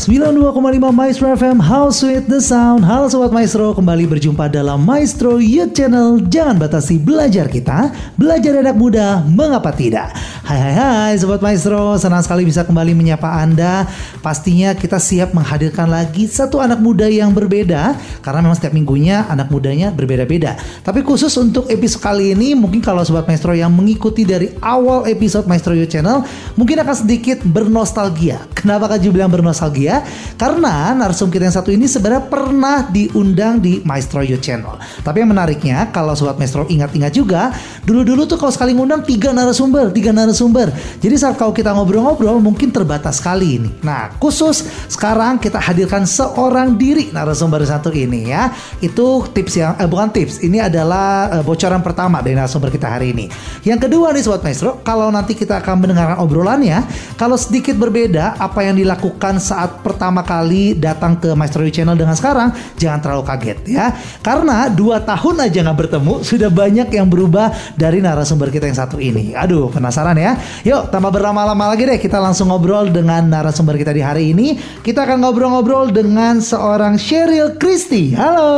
92,5 Maestro FM, How Sweet the Sound. Halo Sobat Maestro, kembali berjumpa dalam Maestro Youth Channel. Jangan batasi belajar kita, belajar anak muda, mengapa tidak? Hai Sobat Maestro, senang sekali bisa kembali menyapa Anda. Pastinya kita siap menghadirkan lagi satu anak muda yang berbeda, karena memang setiap minggunya anak mudanya berbeda-beda. Tapi khusus untuk episode kali ini, mungkin kalau Sobat Maestro yang mengikuti dari awal episode Maestro Youth Channel, mungkin akan sedikit bernostalgia. Kenapa Kak Ju bilang bernostalgia? Karena narsum kita yang satu ini sebenarnya pernah diundang di Maestro Youth Channel. Tapi yang menariknya, kalau Sobat Maestro ingat-ingat juga, dulu-dulu tuh kalau sekali ngundang 3 narasumber. Jadi saat kalau kita ngobrol-ngobrol mungkin terbatas sekali ini. Nah, khusus sekarang kita hadirkan seorang diri narasumber satu ini ya. Itu tips yang bukan tips, ini adalah bocoran pertama dari narasumber kita hari ini. Yang kedua nih Sobat Maestro, kalau nanti kita akan mendengarkan obrolannya, kalau sedikit berbeda apa yang dilakukan saat pertama kali datang ke Maestro Youth Channel dengan sekarang, jangan terlalu kaget ya. Karena 2 tahun aja gak bertemu, sudah banyak yang berubah dari narasumber kita yang satu ini. Aduh, penasaran ya? Yuk, tanpa berlama-lama lagi deh, kita langsung ngobrol dengan narasumber kita di hari ini. Kita akan ngobrol-ngobrol dengan seorang Sheryl Christy. Halo.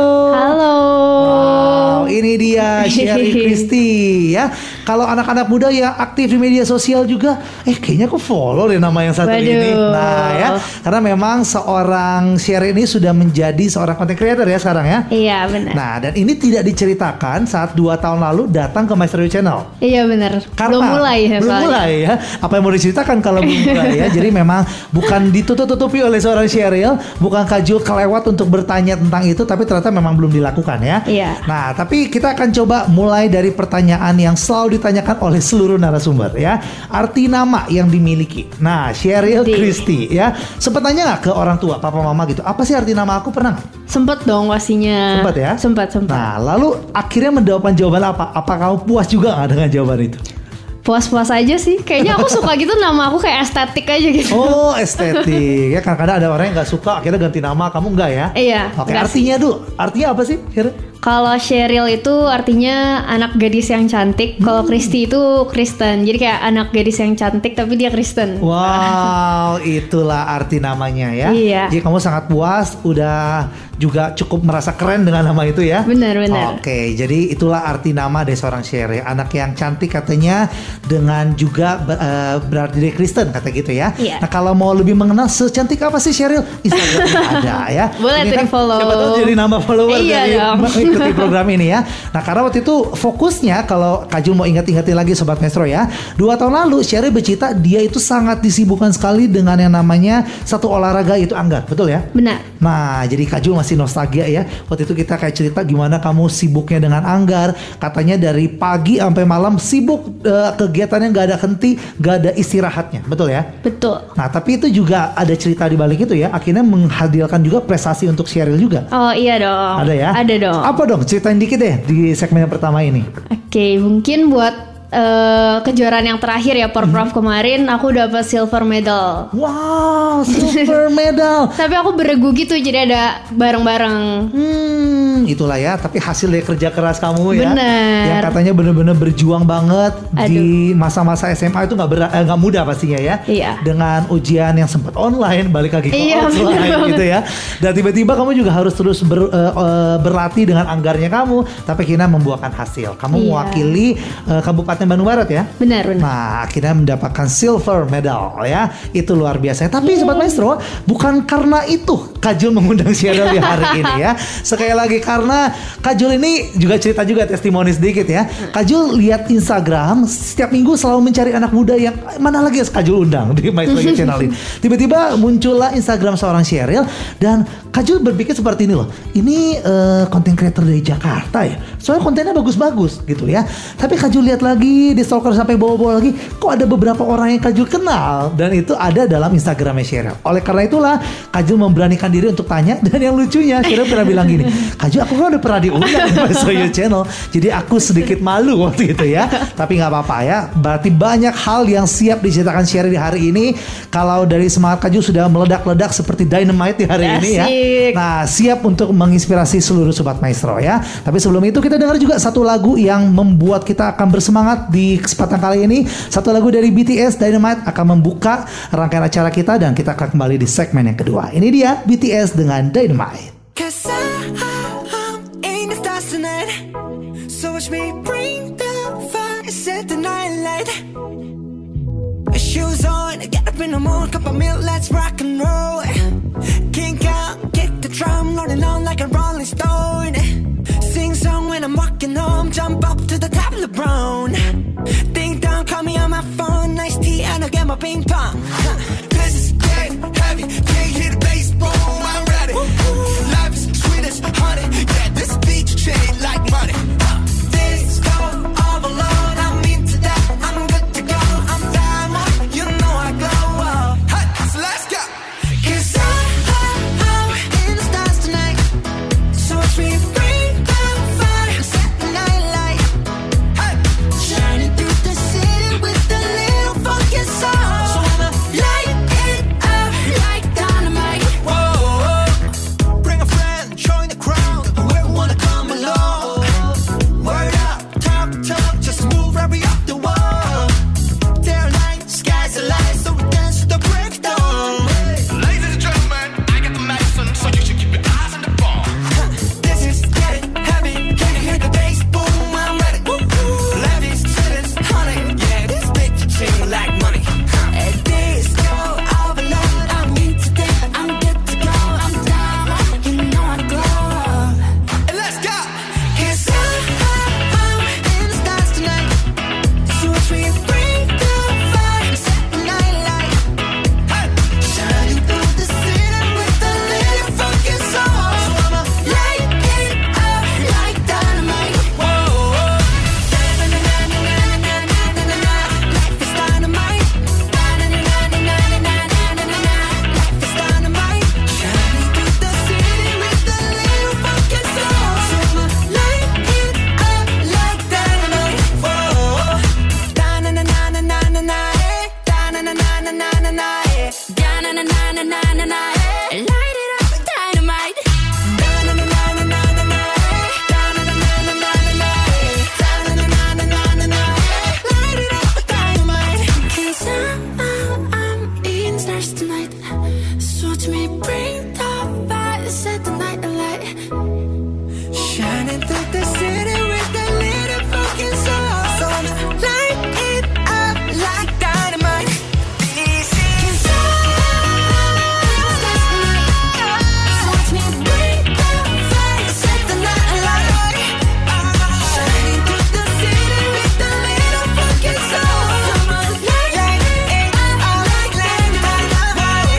Wow, ini dia Sheryl Christy ya. Kalau anak-anak muda yang aktif di media sosial juga, kayaknya aku follow deh nama yang satu ini. Nah ya, karena memang seorang Sheryl ini sudah menjadi seorang content creator ya sekarang ya. Iya benar. Nah, dan ini tidak diceritakan saat 2 tahun lalu datang ke Maestro Youth Channel. Iya benar. Karena belum mulai ya. Apa yang mau diceritakan kalau belum mulai ya. Jadi memang bukan ditutup-tutupi oleh seorang Sheryl, bukan Kak Ju kelewat untuk bertanya tentang itu, tapi ternyata memang belum dilakukan ya. Iya. Nah, tapi kita akan coba mulai dari pertanyaan yang selalu ditanyakan oleh seluruh narasumber ya. Arti nama yang dimiliki. Nah, Sheryl Christy ya. Sempat tanya gak ke orang tua, papa mama gitu, apa sih arti nama aku, pernah gak? Sempet dong pastinya. Sempet ya? Sempet. Nah, lalu akhirnya menjawabkan jawaban apa? Apa kamu puas juga gak dengan jawaban itu? Puas-puas aja sih. Kayaknya aku suka gitu, nama aku kayak estetik aja gitu. Oh, estetik. Ya kadang-kadang ada orang yang gak suka akhirnya ganti nama, kamu enggak ya? Iya. Oke, artinya dulu. Artinya apa sih? Kalau Sheryl itu artinya anak gadis yang cantik. Kalau Christy itu Kristen. Jadi kayak anak gadis yang cantik tapi dia Kristen. Wow, itulah arti namanya ya. Iya. Jadi kamu sangat puas, udah juga cukup merasa keren dengan nama itu ya. Benar. Oke, jadi itulah arti nama dari seorang Sheryl. Anak yang cantik katanya, dengan juga berarti dia Kristen kata gitu ya. Iya. Nah, kalau mau lebih mengenal secantik apa sih Sheryl, Instagramnya ada ya. Boleh tuh di-follow. Siapa tahu jadi nambah follower dari mengikuti program ini ya. Nah, karena waktu itu fokusnya, kalau Kak Jul mau ingat-ingatin lagi Sobat Maestro ya, 2 tahun lalu Sheryl bercerita dia itu sangat disibukkan sekali dengan yang namanya satu olahraga, yaitu anggar, betul ya? Benar. Nah, jadi Kak Jul masih nostalgia ya. Waktu itu kita kayak cerita gimana kamu sibuknya dengan anggar. Katanya dari pagi sampai malam sibuk, kegiatannya gak ada henti, gak ada istirahatnya, betul ya? Betul. Nah, tapi itu juga ada cerita di balik itu ya. Akhirnya menghadirkan juga prestasi untuk Sheryl juga. Oh iya dong. Ada ya? Ada dong. Apa dong? Ceritain dikit deh di segmen yang pertama ini. Oke, mungkin buat kejuaraan yang terakhir ya, Porprov kemarin aku dapat silver medal. Wow, silver medal. Tapi aku beregu gitu, jadi ada bareng-bareng. Itulah ya. Tapi hasil dari kerja keras kamu ya. Bener. Yang katanya bener-bener berjuang banget. Di masa-masa SMA itu nggak mudah pastinya ya. Iya. Dengan ujian yang sempat online, balik lagi ke offline gitu ya. Dan tiba-tiba kamu juga harus terus berlatih dengan anggarnya kamu. Tapi akhirnya membuahkan hasil. Kamu mewakili Kabupaten Bandung Barat ya. Benar. Nah, akhirnya mendapatkan silver medal ya. Itu luar biasa. Tapi Sobat Maestro, bukan karena itu Kak Jul mengundang Sheryl di hari ini ya. Sekali lagi karena Kak Jul ini juga cerita juga, testimoni sedikit ya. Kak Jul lihat Instagram setiap minggu selalu mencari anak muda yang mana lagi Kak Jul undang di Maestro Youth Channel ini. Tiba-tiba muncullah Instagram seorang Sheryl dan Kak Jul berpikir seperti ini loh. Ini content creator dari Jakarta ya. Soalnya kontennya bagus-bagus gitu ya. Tapi Kak Jul lihat lagi di stalker sampai bawa-bawa lagi, kok ada beberapa orang yang Kak Jul kenal, dan itu ada dalam Instagramnya Sheryl. Oleh karena itulah Kak Jul memberanikan diri untuk tanya. Dan yang lucunya Sheryl pernah bilang gini, Kak Jul, aku kan udah pernah diundang di Maestro Youth Channel, jadi aku sedikit malu waktu itu ya. Tapi gak apa-apa ya, berarti banyak hal yang siap diceritakan Sheryl di hari ini. Kalau dari semangat Kak Jul sudah meledak-ledak seperti dynamite di hari ini ya. cantik. Nah, siap untuk menginspirasi seluruh Sobat Maestro ya. Tapi sebelum itu kita dengar juga satu lagu yang membuat kita akan bersemangat di kesempatan kali ini. Satu lagu dari BTS, Dynamite, akan membuka rangkaian acara kita dan kita akan kembali di segmen yang kedua. Ini dia BTS dengan Dynamite. Cause I'm in the stars tonight. So watch me bring the fire, set the night light. Shoes on, get up in the morning, cup of milk, let's rock and roll. Kink out, kick the drum, rolling on like a rolling stone. Sing song when I'm walking home, jump up to the top of the brown. Ding dong, call me on my phone, nice tea and I'll get my ping pong. This is getting heavy, can't hear the bass, boom, I'm ready. Life is sweet as honey, yeah, this beat chain like money. This go all alone, I'm into that, I'm good to go, I'm diamond, you know I glow. Hey, so let's go. Cause I'm in the stars tonight, so watch me bring the fire, set the night light. Hey, shining through the city with a little funky soul. So I'ma light it up like dynamite. Whoa, bring a friend, join the crowd, whoever wanna come along. Word up, talk, just move right up the wall. Their line, sky's the line, so we dance to the breakdown. Ladies and gentlemen, I got the medicine, so you should keep your eyes on the ball. This is getting heavy, can you hear the bass? Boom, I'm ready. Levies, cities, honey, yeah, this bitch sing like money. And this go overload, I'm into that, I'm good to go, I'm down, you know I glow. And let's go. Cause I'm in the stars tonight, so watch me bring the fire, set the night light. Hey, shining through the city with a little funky soul. So I'ma light it up like dynamite. Whoa, na-na-na-na-na-na-na-na-na-na. Life is dynamite. Na-na-na-na-na-na-na-na-na. Life is dynamite. Shining through the city with a little funky soul. So I'ma light it up like dynamite. Whoa, da-na-na-na-na-na-na-na. Da-na-na-na-na-na-na. Da-na-na-na-na-na-na. Light it up like dynamite. Da-na-na-na-na-na-na. Da-na-na-na-na-na-na. Da-na-na-na-na-na-na. Light it up like dynamite. 'Cause I'm in the stars tonight. So watch me bring the fire, set the night alight. Shining through the city with a little fucking soul. So I'ma light it up like dynamite. This is so watch me bring the fire, set the night alight. Shining through the city with a little fucking soul. So I'ma light it up like dynamite.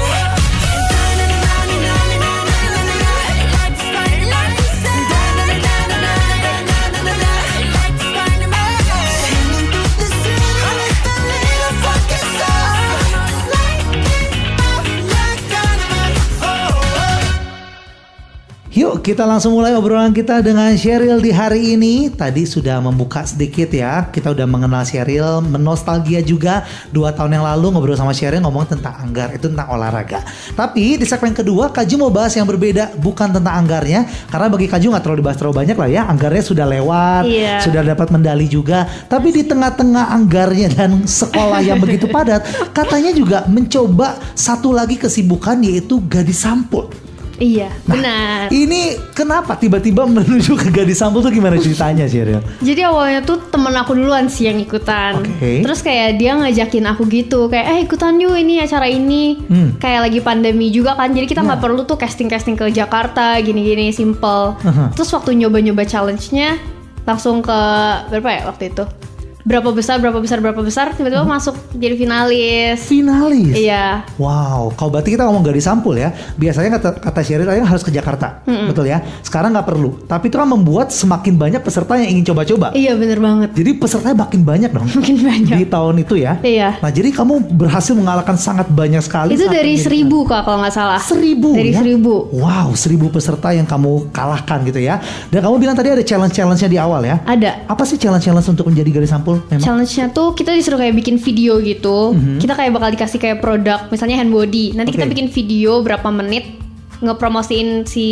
Yuk kita langsung mulai obrolan kita dengan Sheryl di hari ini. Tadi sudah membuka sedikit ya. Kita udah mengenal Sheryl, menostalgia juga 2 tahun yang lalu ngobrol sama Sheryl ngomong tentang anggar, itu tentang olahraga. Tapi di segmen kedua Kaju mau bahas yang berbeda, bukan tentang anggarnya. Karena bagi Kaju gak terlalu dibahas terlalu banyak lah ya. Anggarnya sudah lewat, Iya. sudah dapat medali juga. Tapi di tengah-tengah anggarnya dan sekolah yang begitu padat, katanya juga mencoba satu lagi kesibukan, yaitu gadis sampul. Iya, benar. Ini kenapa tiba-tiba menuju ke gadis sampul tuh, gimana ceritanya Sheryl? Jadi awalnya tuh temen aku duluan sih yang ikutan. Oke. Terus kayak dia ngajakin aku gitu, kayak ikutan yuk ini acara ini. Kayak lagi pandemi juga kan, jadi kita nggak perlu tuh casting-casting ke Jakarta, gini-gini simple. Terus waktu nyoba-nyoba challenge-nya langsung ke berapa ya waktu itu? Berapa besar, tiba-tiba masuk jadi finalis. Finalis? Iya. Wow, kalau berarti kita ngomong gadis sampul ya. Biasanya kata Sheryl harus ke Jakarta, betul ya. Sekarang nggak perlu. Tapi itu kan membuat semakin banyak peserta yang ingin coba-coba. Iya bener banget. Jadi pesertanya makin banyak dong. Makin banyak. Di tahun itu ya. Iya. Nah jadi kamu berhasil mengalahkan sangat banyak sekali. Itu saat dari menjadi- 1000 Kak kalau nggak salah. 1000 Dari ya? 1000. Wow, 1000 peserta yang kamu kalahkan gitu ya. Dan kamu bilang tadi ada challenge-challenge-nya di awal ya. Ada. Apa sih challenge-challenge untuk menjadi gadis sampul memang? Challenge-nya tuh kita disuruh kayak bikin video gitu. Kita kayak bakal dikasih kayak produk, misalnya hand body. Nanti kita Oke. bikin video berapa menit. ngepromosiin si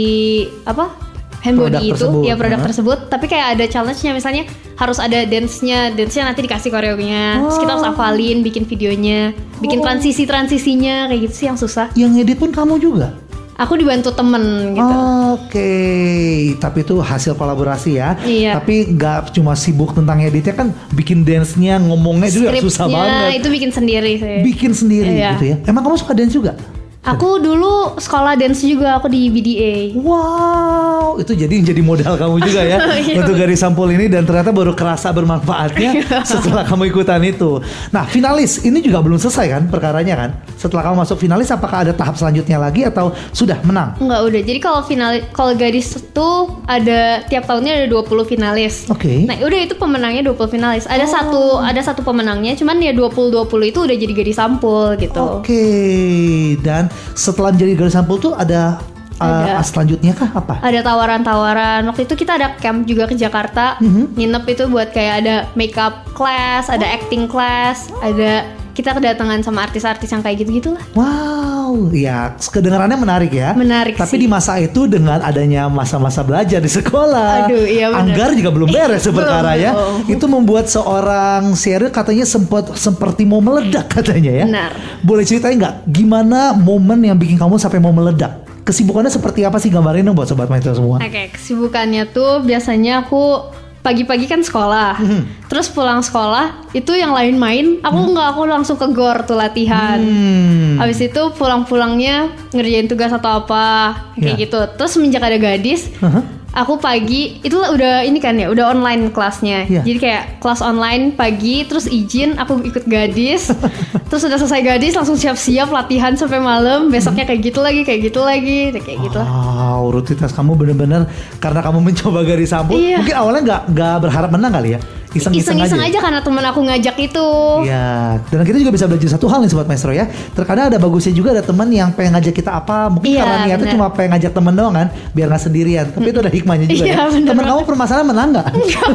hand Produk body itu tersebut. ya produk tersebut, tapi kayak ada challenge-nya, misalnya harus ada dance-nya nanti dikasih koreonya, terus kita harus hafalin, bikin videonya, bikin transisinya kayak gitu sih yang susah. Yang ngedit pun kamu juga? Aku dibantu temen gitu. Oke, tapi itu hasil kolaborasi ya. Iya. Tapi nggak cuma sibuk tentang editnya, kan bikin dance-nya, ngomongnya juga susah banget. Itu bikin sendiri sih. Bikin sendiri Iya. gitu ya. Emang kamu suka dance juga? Aku dulu sekolah dance juga, aku di BDA. Wow, itu jadi modal kamu juga ya Iya. untuk Gadis Sampul ini, dan ternyata baru kerasa bermanfaatnya setelah kamu ikutan itu. Nah, finalis ini juga belum selesai kan perkaranya kan? Setelah kamu masuk finalis, apakah ada tahap selanjutnya lagi atau sudah menang? Enggak, udah. Jadi kalau Gadis itu ada tiap tahunnya ada 20 finalis. Oke. Nah, udah itu pemenangnya 20 finalis. Ada satu pemenangnya, cuman ya 20 itu udah jadi Gadis Sampul gitu. Oke, dan setelah menjadi Gadis Sampul tuh ada selanjutnya kah apa? Ada tawaran-tawaran. Waktu itu kita ada camp juga ke Jakarta. Nginep itu buat kayak ada makeup class, ada acting class, ada kita kedatangan sama artis-artis yang kayak gitu-gitulah. Wow, ya kedengarannya menarik ya. Menarik Tapi sih. di masa itu dengan adanya masa-masa belajar di sekolah, Aduh, iya benar. anggar juga belum beres seperkara ya. Belum. Itu membuat seorang Sheryl katanya seperti mau meledak katanya ya. Benar. Boleh ceritain nggak gimana momen yang bikin kamu sampai mau meledak? Kesibukannya seperti apa sih, gambarin dong buat sobat maestro semua. Oke, kesibukannya tuh biasanya aku pagi-pagi kan sekolah, terus pulang sekolah itu yang lain main, aku aku langsung ke gor tuh latihan. Habis itu pulang-pulangnya ngerjain tugas atau apa kayak Ya. gitu. Terus semenjak ada Gadis, aku pagi itu udah ini kan ya, udah online kelasnya. Ya. Jadi kayak kelas online pagi, terus izin aku ikut Gadis. Terus udah selesai Gadis langsung siap-siap latihan sampai malam. Besoknya kayak gitu lagi, kayak gitu lah. Wow, rutinitas kamu bener-bener karena kamu mencoba Gadis Sampul. Iya. Mungkin awalnya nggak berharap menang kali ya. Iseng-iseng Aja karena temen aku ngajak itu. Iya, dan kita juga bisa belajar satu hal nih sobat maestro ya. Terkadang ada bagusnya juga, ada teman yang pengen ngajak kita apa, mungkin Iya, karena niatnya benar. cuma pengen ngajak temen doang kan, biar nggak sendirian. Tapi itu ada hikmahnya juga Iya, ya. benar Temen kamu banget. permasalahan menang nggak?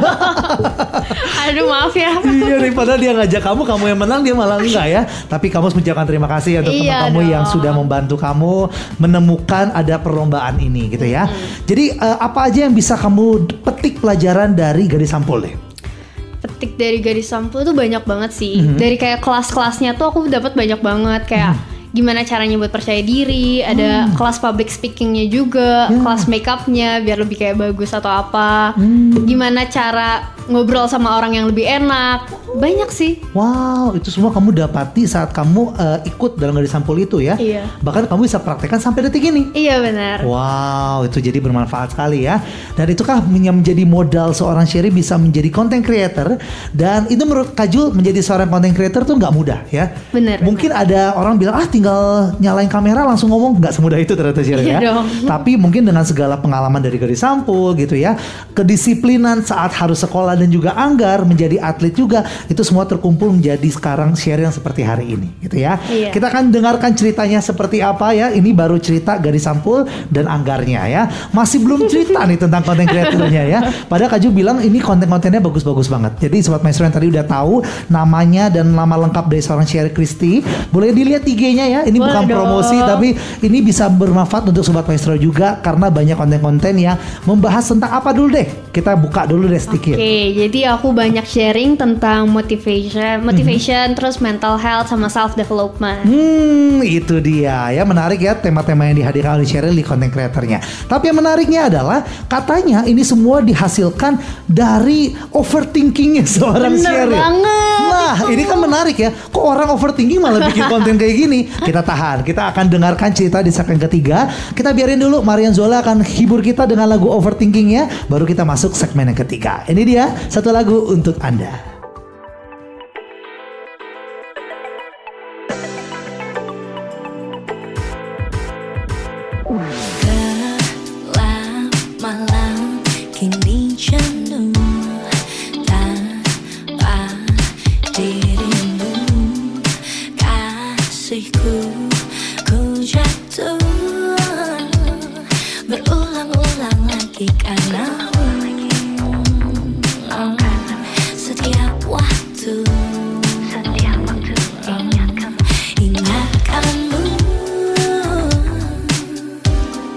Aduh maaf ya. Iya nih, padahal dia ngajak kamu yang menang, dia malah enggak ya. Tapi kamu harus mengucapkan terima kasih untuk teman Iya kamu yang dong. sudah membantu kamu menemukan ada perlombaan ini gitu ya. Jadi apa aja yang bisa kamu petik pelajaran dari Gadis Sampul deh? Petik dari Gadis Sampul tuh banyak banget sih. Dari kayak kelas-kelasnya tuh aku dapat banyak banget kayak gimana caranya buat percaya diri, ada kelas public speakingnya juga, kelas makeupnya biar lebih kayak bagus atau apa, gimana cara ngobrol sama orang yang lebih enak, banyak sih. Wow, itu semua kamu dapati saat kamu ikut dalam Gadis Sampul itu ya. Iya. Bahkan kamu bisa praktekkan sampai detik ini. Iya benar. Wow, itu jadi bermanfaat sekali ya. Dan itukah yang menjadi modal seorang Sheryl bisa menjadi content creator. Dan itu menurut Kajul menjadi seorang content creator tuh nggak mudah ya. Benar. Mungkin ada orang bilang tinggal nyalain kamera langsung ngomong, nggak semudah itu ternyata Sheryl Iya ya. dong. Tapi mungkin dengan segala pengalaman dari Gadis Sampul gitu ya, kedisiplinan saat harus sekolah dan juga anggar menjadi atlet juga, itu semua terkumpul menjadi sekarang Sheryl yang seperti hari ini gitu ya. Iya. Kita akan dengarkan ceritanya seperti apa ya. Ini baru cerita Gadis Sampul dan anggarnya ya. Masih belum cerita nih tentang konten kreatornya ya. Padahal Kaju bilang ini konten-kontennya bagus-bagus banget. Jadi sobat maestro yang tadi udah tahu namanya dan nama lengkap dari seorang Sheryl Christie, boleh dilihat IG-nya ya. Ini bukan Boleh promosi dong. tapi ini bisa bermanfaat untuk sobat maestro juga karena banyak konten-konten yang membahas tentang apa dulu deh. Kita buka dulu deh sedikit. Oke, jadi aku banyak sharing tentang motivation, terus mental health sama self development. Itu dia ya, menarik ya tema-tema yang dihadirkan oleh Sheryl di konten kreatornya. Tapi yang menariknya adalah katanya ini semua dihasilkan dari overthinkingnya seorang Bener Sheryl. banget. Nah, ini kan menarik ya. Kok orang overthinking malah bikin konten kayak gini? Kita tahan. Kita akan dengarkan cerita di segmen ketiga. Kita biarin dulu Marian Zola akan hibur kita dengan lagu overthinkingnya. Baru kita masuk segmen yang ketiga. Ini dia satu lagu untuk Anda. Gelap malam kini jenuh tanpa dirimu, kasihku ku jatuh berulang-ulang lagi karenamu. Setiap waktu ingatkanmu.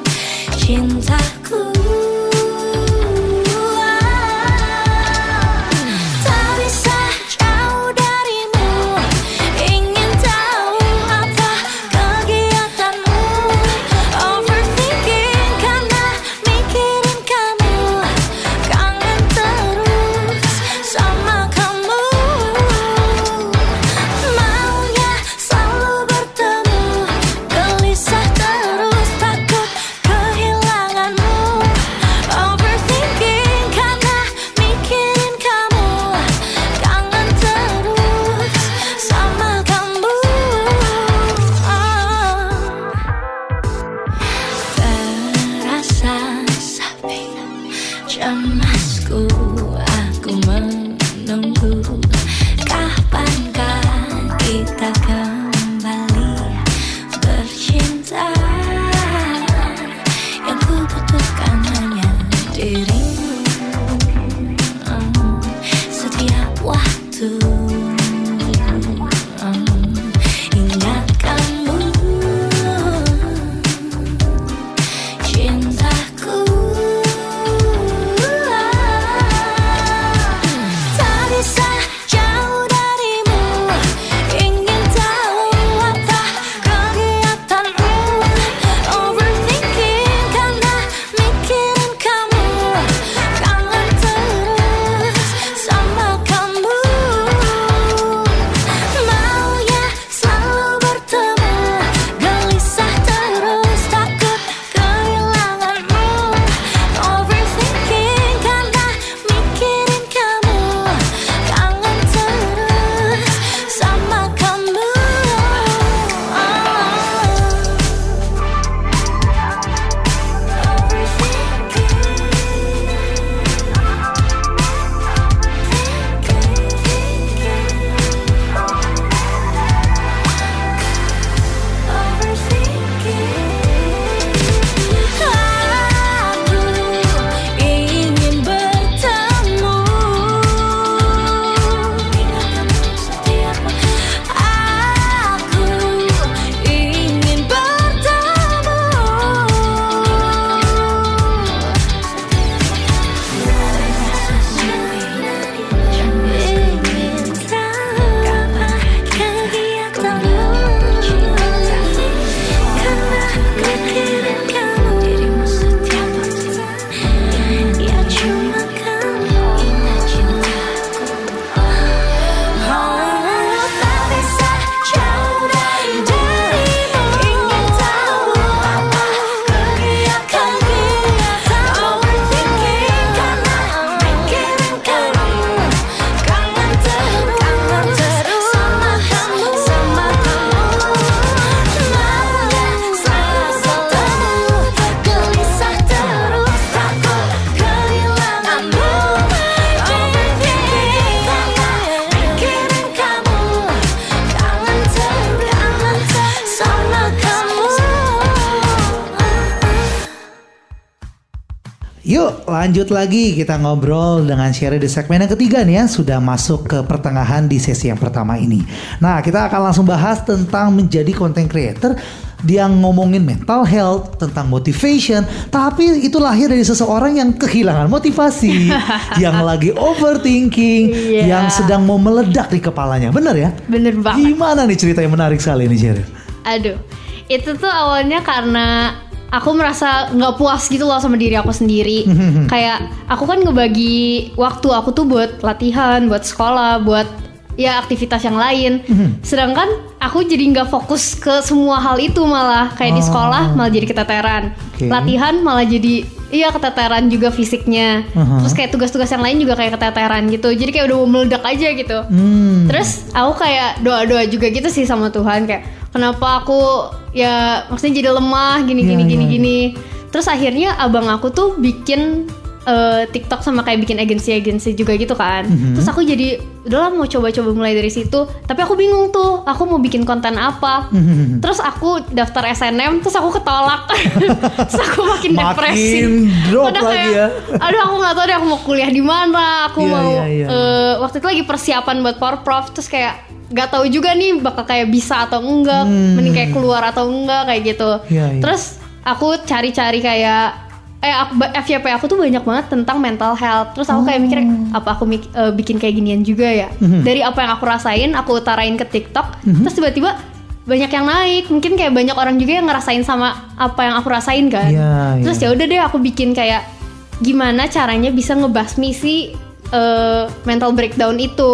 Yuk lanjut lagi kita ngobrol dengan Sherry di segmen yang ketiga nih ya. Sudah masuk ke pertengahan di sesi yang pertama ini. Nah kita akan langsung bahas tentang menjadi content creator yang ngomongin mental health, tentang motivation. Tapi itu lahir dari seseorang yang kehilangan motivasi, yang lagi overthinking, yang sedang mau meledak di kepalanya. Bener ya? Bener banget. Gimana nih cerita yang menarik sekali nih Sherry? Aduh, itu tuh awalnya karena aku merasa nggak puas gitu loh sama diri aku sendiri. Kayak aku kan ngebagi waktu aku tuh buat latihan, buat sekolah, buat ya aktivitas yang lain. Sedangkan aku jadi nggak fokus ke semua hal itu, malah kayak di sekolah malah jadi keteteran. Latihan malah jadi keteteran juga fisiknya. Terus kayak tugas-tugas yang lain juga kayak keteteran gitu. Jadi kayak udah mau meledak aja gitu. Terus aku kayak doa-doa juga gitu sih sama Tuhan, kayak kenapa aku ya maksudnya jadi lemah gini. Terus akhirnya abang aku tuh bikin TikTok sama kayak bikin agensi juga gitu kan. Terus aku jadi udahlah mau coba-coba mulai dari situ. Tapi aku bingung tuh, aku mau bikin konten apa. Terus aku daftar SNM, terus aku ketolak. Terus aku makin depresi. Drop udah lagi kayak, ya. aduh aku nggak tahu deh aku mau kuliah di mana. Aku mau waktu itu lagi persiapan buat Porprov. Terus kayak nggak tahu juga nih bakal kayak bisa atau enggak, mending kayak keluar atau enggak kayak gitu. Terus aku cari-cari kayak FYP aku tuh banyak banget tentang mental health. Terus aku kayak mikir apa aku bikin kayak ginian juga ya. Dari apa yang aku rasain aku utarain ke TikTok. Terus tiba-tiba banyak yang naik. Mungkin kayak banyak orang juga yang ngerasain sama apa yang aku rasain kan. Terus ya udah deh aku bikin kayak gimana caranya bisa ngebasmi si mental breakdown itu.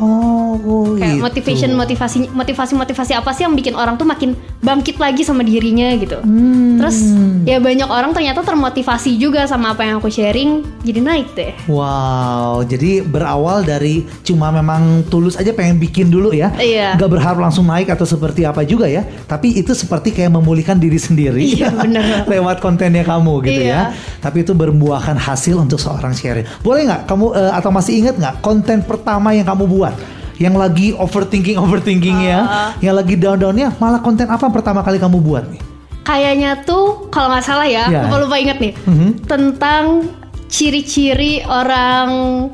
Kayak motivasi apa sih yang bikin orang tuh makin bangkit lagi sama dirinya gitu. Terus ya banyak orang ternyata termotivasi juga sama apa yang aku sharing, jadi naik deh. Wow, jadi berawal dari cuma memang tulus aja pengen bikin dulu ya. Gak berharap langsung naik atau seperti apa juga ya. Tapi itu seperti kayak memulihkan diri sendiri. Bener. Lewat kontennya kamu gitu ya. Tapi itu berbuahkan hasil untuk seorang Sherry. Boleh gak kamu atau masih ingat gak konten pertama yang kamu buat? Yang lagi overthinkingnya, yang lagi down-downnya, malah konten apa pertama kali kamu buat nih? Kayaknya tuh kalau nggak salah ya, lupa inget nih, tentang ciri-ciri orang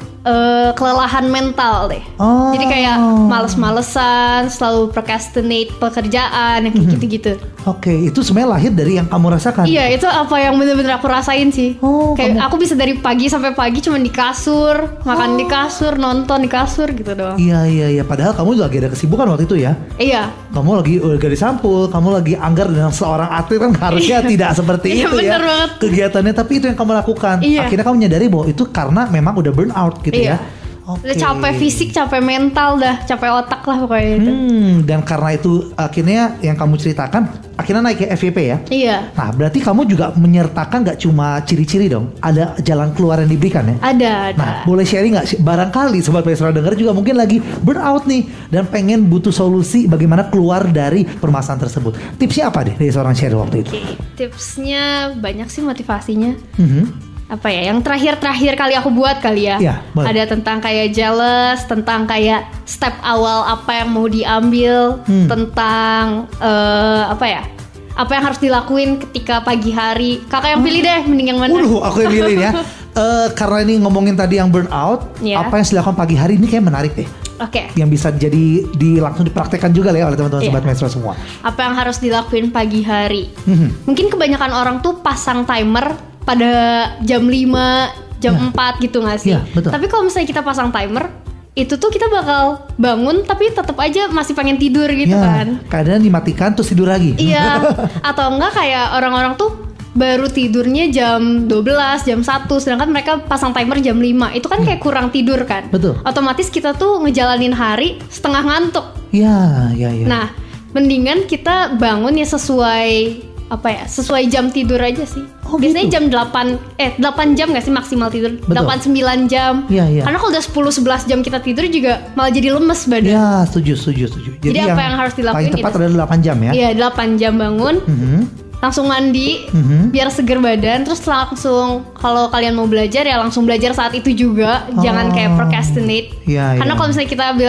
kelelahan mental deh. Jadi kayak males-malesan, selalu procrastinate pekerjaan, yang kayak gitu-gitu. Oke, itu sebenarnya lahir dari yang kamu rasakan. Iya, itu apa yang bener-bener aku rasain sih. Kayak aku bisa dari pagi sampai pagi cuma di kasur, makan di kasur, nonton di kasur gitu doang. Iya. Padahal kamu lagi ada kesibukan waktu itu ya. Iya. Kamu lagi gadis sampul, kamu lagi anggar dengan seorang atlet kan harusnya tidak seperti itu ya. Banget. Kegiatannya, tapi itu yang kamu lakukan. Akhirnya kamu menyadari bahwa itu karena memang udah burn out gitu ya. Udah capek fisik, capek mental dah, capek otak lah pokoknya itu. Dan karena itu akhirnya yang kamu ceritakan akhirnya naik ke FYP ya. Iya. Nah berarti kamu juga menyertakan gak cuma ciri-ciri dong, ada jalan keluar yang diberikan ya. Ada. Nah boleh sharing gak, barangkali Sobat Maestro denger juga mungkin lagi burn out nih dan pengen butuh solusi bagaimana keluar dari permasalahan tersebut. Tipsnya apa deh dari seorang Sherry waktu itu? Tipsnya banyak sih motivasinya. Apa ya, yang terakhir kali aku buat kali ya. Ada tentang kayak jealous, tentang kayak step awal apa yang mau diambil, tentang apa yang harus dilakuin ketika pagi hari. Kakak yang pilih deh, mending yang mana? Aku yang pilih ya. Karena ini ngomongin tadi yang burnout, apa yang dilakukan pagi hari ini kayak menarik deh. Yang bisa jadi langsung dipraktekkan juga lah ya oleh teman-teman Sobat Maestro semua. Apa yang harus dilakuin pagi hari? Mungkin kebanyakan orang tuh pasang timer pada jam 5, jam 4 gitu gak sih? Tapi kalau misalnya kita pasang timer, itu tuh kita bakal bangun tapi tetap aja masih pengen tidur gitu kan. Kadang dimatikan terus tidur lagi. Atau enggak kayak orang-orang tuh baru tidurnya jam 12, jam 1, sedangkan mereka pasang timer jam 5. Itu kan kayak kurang tidur kan. Otomatis kita tuh ngejalanin hari setengah ngantuk. Nah, mendingan kita bangun ya sesuai jam tidur aja sih. Biasanya jam 8 jam gak sih maksimal tidur? 8-9 jam. Karena kalau udah 10-11 jam kita tidur juga malah jadi lemes badan. Setuju. Jadi apa yang harus dilakuin? Paling tepat adalah 8 jam ya. Iya, 8 jam bangun. Langsung mandi biar seger badan. Terus langsung kalau kalian mau belajar ya langsung belajar saat itu juga. Jangan kayak procrastinate. Karena kalau misalnya kita bilang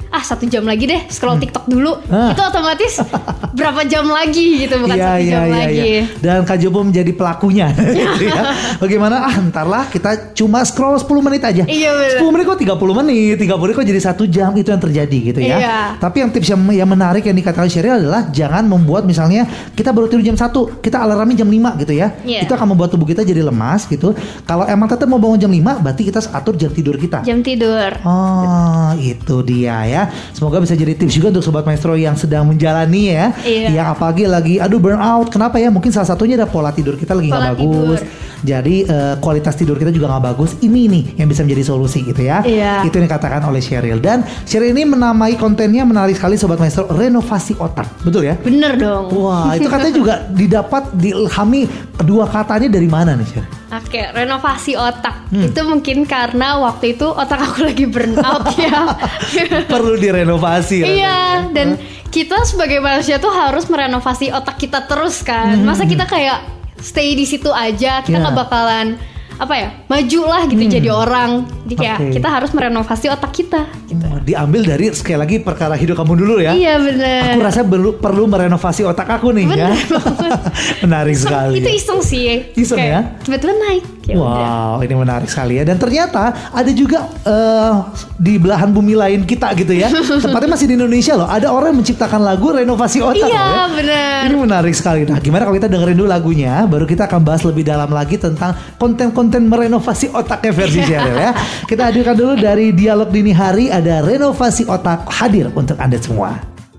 1 jam lagi deh scroll TikTok dulu, itu otomatis berapa jam lagi gitu, bukan 1 jam lagi. Dan Kak Jopo menjadi pelakunya gitu ya. Bagaimana entarlah kita cuma scroll 10 menit aja. Iya, bener. 10 menit kok 30 menit, 30 menit kok jadi 1 jam, itu yang terjadi gitu ya. Iya. Tapi yang tips yang menarik yang dikatakan Sheryl adalah jangan membuat misalnya kita baru tidur jam 1, kita alarmnya jam 5 gitu ya. Iya. Itu akan membuat tubuh kita jadi lemas gitu. Kalau emang tetap mau bangun jam 5, berarti kita atur jam tidur kita. Jam tidur. Oh, itu dia ya. Semoga bisa jadi tips juga untuk Sobat Maestro yang sedang menjalani ya. Iya. Yang apalagi lagi burnout. Kenapa ya? Mungkin salah satunya ada pola tidur kita lagi nggak bagus. Jadi kualitas tidur kita juga nggak bagus. Ini nih yang bisa menjadi solusi gitu ya. Iya. Itu yang dikatakan oleh Sheryl. Dan Sheryl ini menamai kontennya menarik sekali Sobat Maestro, renovasi otak. Betul ya? Bener dong. Wah, itu katanya juga didapat diilhami kedua katanya dari mana nih Sheryl? Oke, renovasi otak. Itu mungkin karena waktu itu otak aku lagi burnout ya. Perlu direnovasi. Iya, dan kita sebagai manusia tuh harus merenovasi otak kita terus kan. Masa kita kayak stay di situ aja, kita nggak bakalan maju lah gitu jadi orang. Jadi kayak kita harus merenovasi otak kita gitu. Diambil dari sekali lagi perkara hidup kamu dulu ya. Iya benar. Aku rasa perlu merenovasi otak aku nih ya. Menarik sekali. Itu iseng sih. Iseng ya. Tiba-tiba naik. Wow, ini menarik sekali ya. Dan ternyata ada juga di belahan bumi lain kita gitu ya. Tepatnya masih di Indonesia loh. Ada orang yang menciptakan lagu renovasi otak loh ya. Iya benar. Ini menarik sekali. Nah, gimana kalau kita dengerin dulu lagunya, baru kita akan bahas lebih dalam lagi tentang konten-konten merenovasi otaknya versi Sheryl ya. Kita hadirkan dulu dari Dialog Dini Hari, ada renovasi otak hadir untuk Anda semua.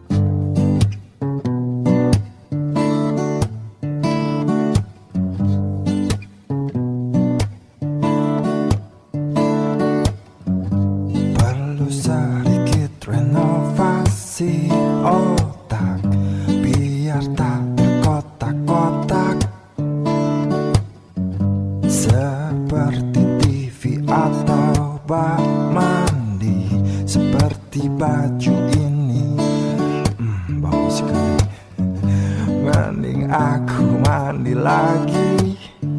Perlu sedikit renovasi otak biar tak terkotak-kotak, seperti TV atau bak mandi, seperti baju ini. Bau sekali. Mending aku mandi lagi.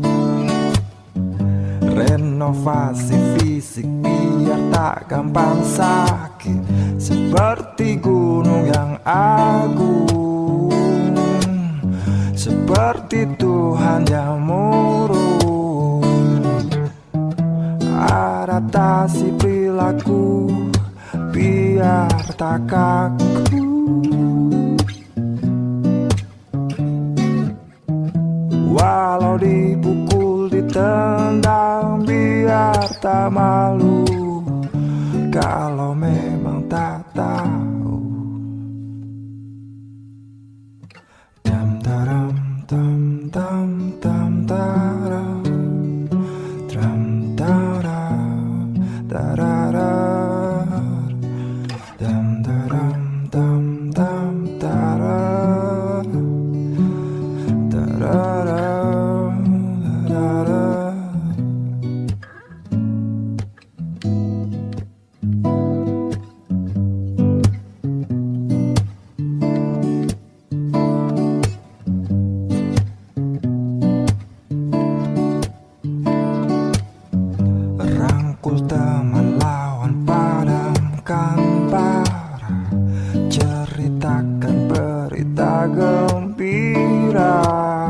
Renovasi fisik biar tak gampang sakit, seperti gunung yang agung, seperti Tuhan yang murung. Adaptasi perilaku biar tak kaku, walau dipukul ditendang biar tak malu, kalau memang tak tahu. Tam taram tam tam tam taram, tam taram tararar, tam taram tam tam tarar, tararar tararar. Rangkul teman lawan padamkan bara, ceritakan berita gembira,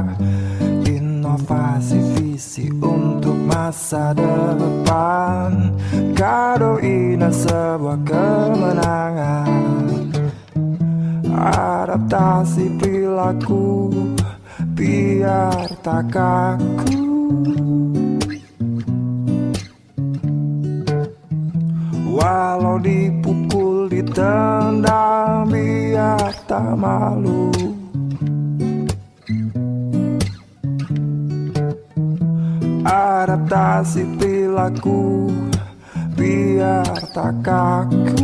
inovasi visi untuk masa depan, kadoin sebuah kemenangan. Adaptasi perilaku biar tak kaku, walau dipukul ditendang biar tak malu, adaptasi perilaku biar tak kaku,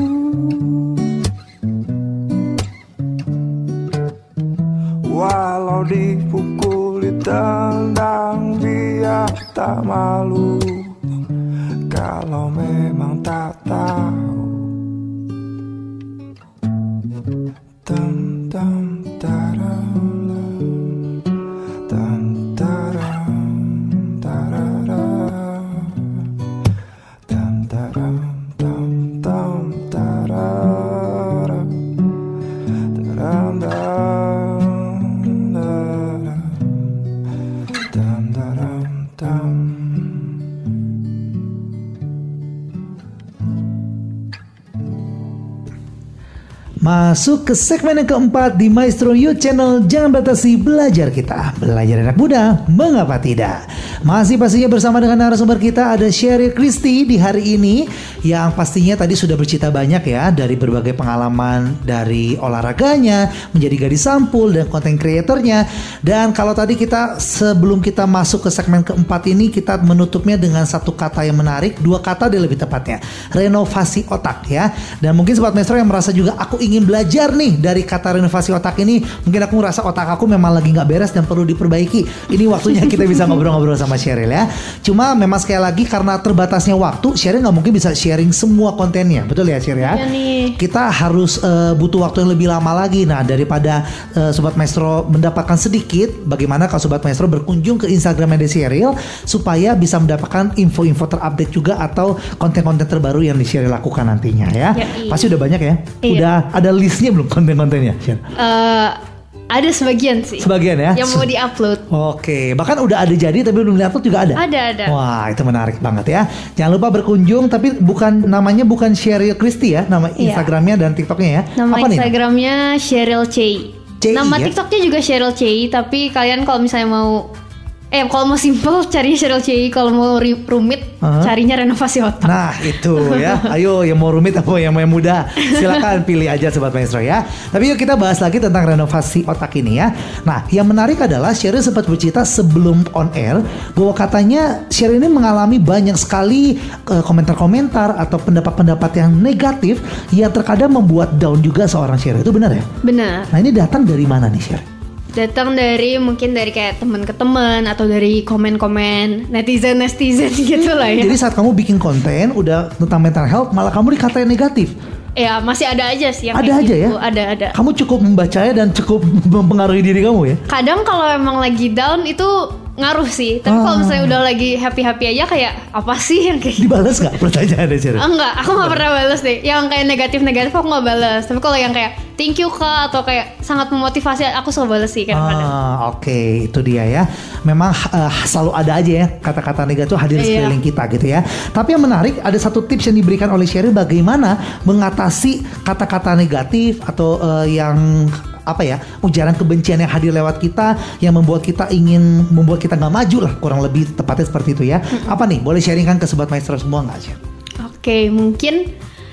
walau dipukul ditendang biar tak malu, kalau memang tak tahu. Tam tam taram, tam taram tararam, tam taram tam tam taram. Masuk ke segmen yang keempat di Maestro Youth Channel. Jangan batasi belajar kita. Belajar anak muda, mengapa tidak? Masih pastinya bersama dengan narasumber kita ada Sheryl Christy di hari ini, yang pastinya tadi sudah bercerita banyak ya, dari berbagai pengalaman, dari olahraganya menjadi gadis sampul dan konten kreatornya. Dan kalau tadi kita sebelum kita masuk ke segmen keempat ini, kita menutupnya dengan satu kata yang menarik, dua kata deh lebih tepatnya, renovasi otak ya. Dan mungkin Sobat Maestro yang merasa juga aku ingin belajar nih dari kata renovasi otak ini, mungkin aku ngerasa otak aku memang lagi nggak beres dan perlu diperbaiki. Ini waktunya kita bisa ngobrol-ngobrol sama Sheryl ya. Cuma memang sekali lagi karena terbatasnya waktu, Sheryl nggak mungkin bisa sharing semua kontennya, betul ya Sheryl ya? Iya nih. Kita harus butuh waktu yang lebih lama lagi. Nah daripada Sobat Maestro mendapatkan sedikit, bagaimana kalau Sobat Maestro berkunjung ke Instagramnya Sheryl supaya bisa mendapatkan info-info terupdate juga atau konten-konten terbaru yang Sheryl lakukan nantinya ya. Iya. Pasti udah banyak ya. Iya. Udah ada listnya belum konten-kontennya Sheryl? Ada sebagian sih. Sebagian ya? Yang mau diupload. Oke, bahkan udah ada jadi tapi belum diupload juga ada? Ada. Wah, itu menarik banget ya. Jangan lupa berkunjung, tapi namanya bukan Sheryl Christy ya, nama Iya. Instagramnya dan TikToknya ya. Nama Apa nih? Instagramnya Sheryl Chey. Nama ya? TikToknya juga Sheryl Chey, tapi kalian kalau misalnya mau kalau mau simple cari Sheryl Chey, kalau mau rumit carinya renovasi otak. Nah itu ya. Ayo yang mau rumit apa yang mau muda, silakan pilih aja Sobat Maestro ya. Tapi yuk kita bahas lagi tentang renovasi otak ini ya. Nah yang menarik adalah Sheryl sempat bercerita sebelum on air bahwa katanya Sheryl ini mengalami banyak sekali komentar-komentar atau pendapat-pendapat yang negatif yang terkadang membuat down juga seorang Sheryl. Itu benar ya? Benar. Nah ini datang dari mana nih Sheryl? Datang dari mungkin dari kayak teman ke teman atau dari komen-komen netizen gitu lah ya. Jadi saat kamu bikin konten udah tentang mental health malah kamu dikatain negatif. Ya masih ada aja sih yang Ada kayak aja gitu. ya? Ada. Kamu cukup membacanya dan cukup mempengaruhi diri kamu ya? Kadang kalau emang lagi down itu ngaruh sih. Tapi kalau misalnya udah lagi happy-happy aja kayak apa sih yang kayak Dibalas gak pertanyaannya Sheryl? enggak, aku gak pernah balas deh. Yang kayak negatif-negatif aku gak balas. Tapi kalau yang kayak thank you kak atau kayak sangat memotivasi, aku suka balas sih kadang-kadang. Oke, itu dia ya. Memang selalu ada aja ya kata-kata negatif hadir di sekeliling kita gitu ya. Tapi yang menarik ada satu tips yang diberikan oleh Sheryl bagaimana mengatasi kata-kata negatif atau yang ujaran kebencian yang hadir lewat kita yang membuat kita nggak maju lah, kurang lebih tepatnya seperti itu ya. Apa nih, boleh sharingkan ke Sobat Maestro semua nggak sih? Oke, mungkin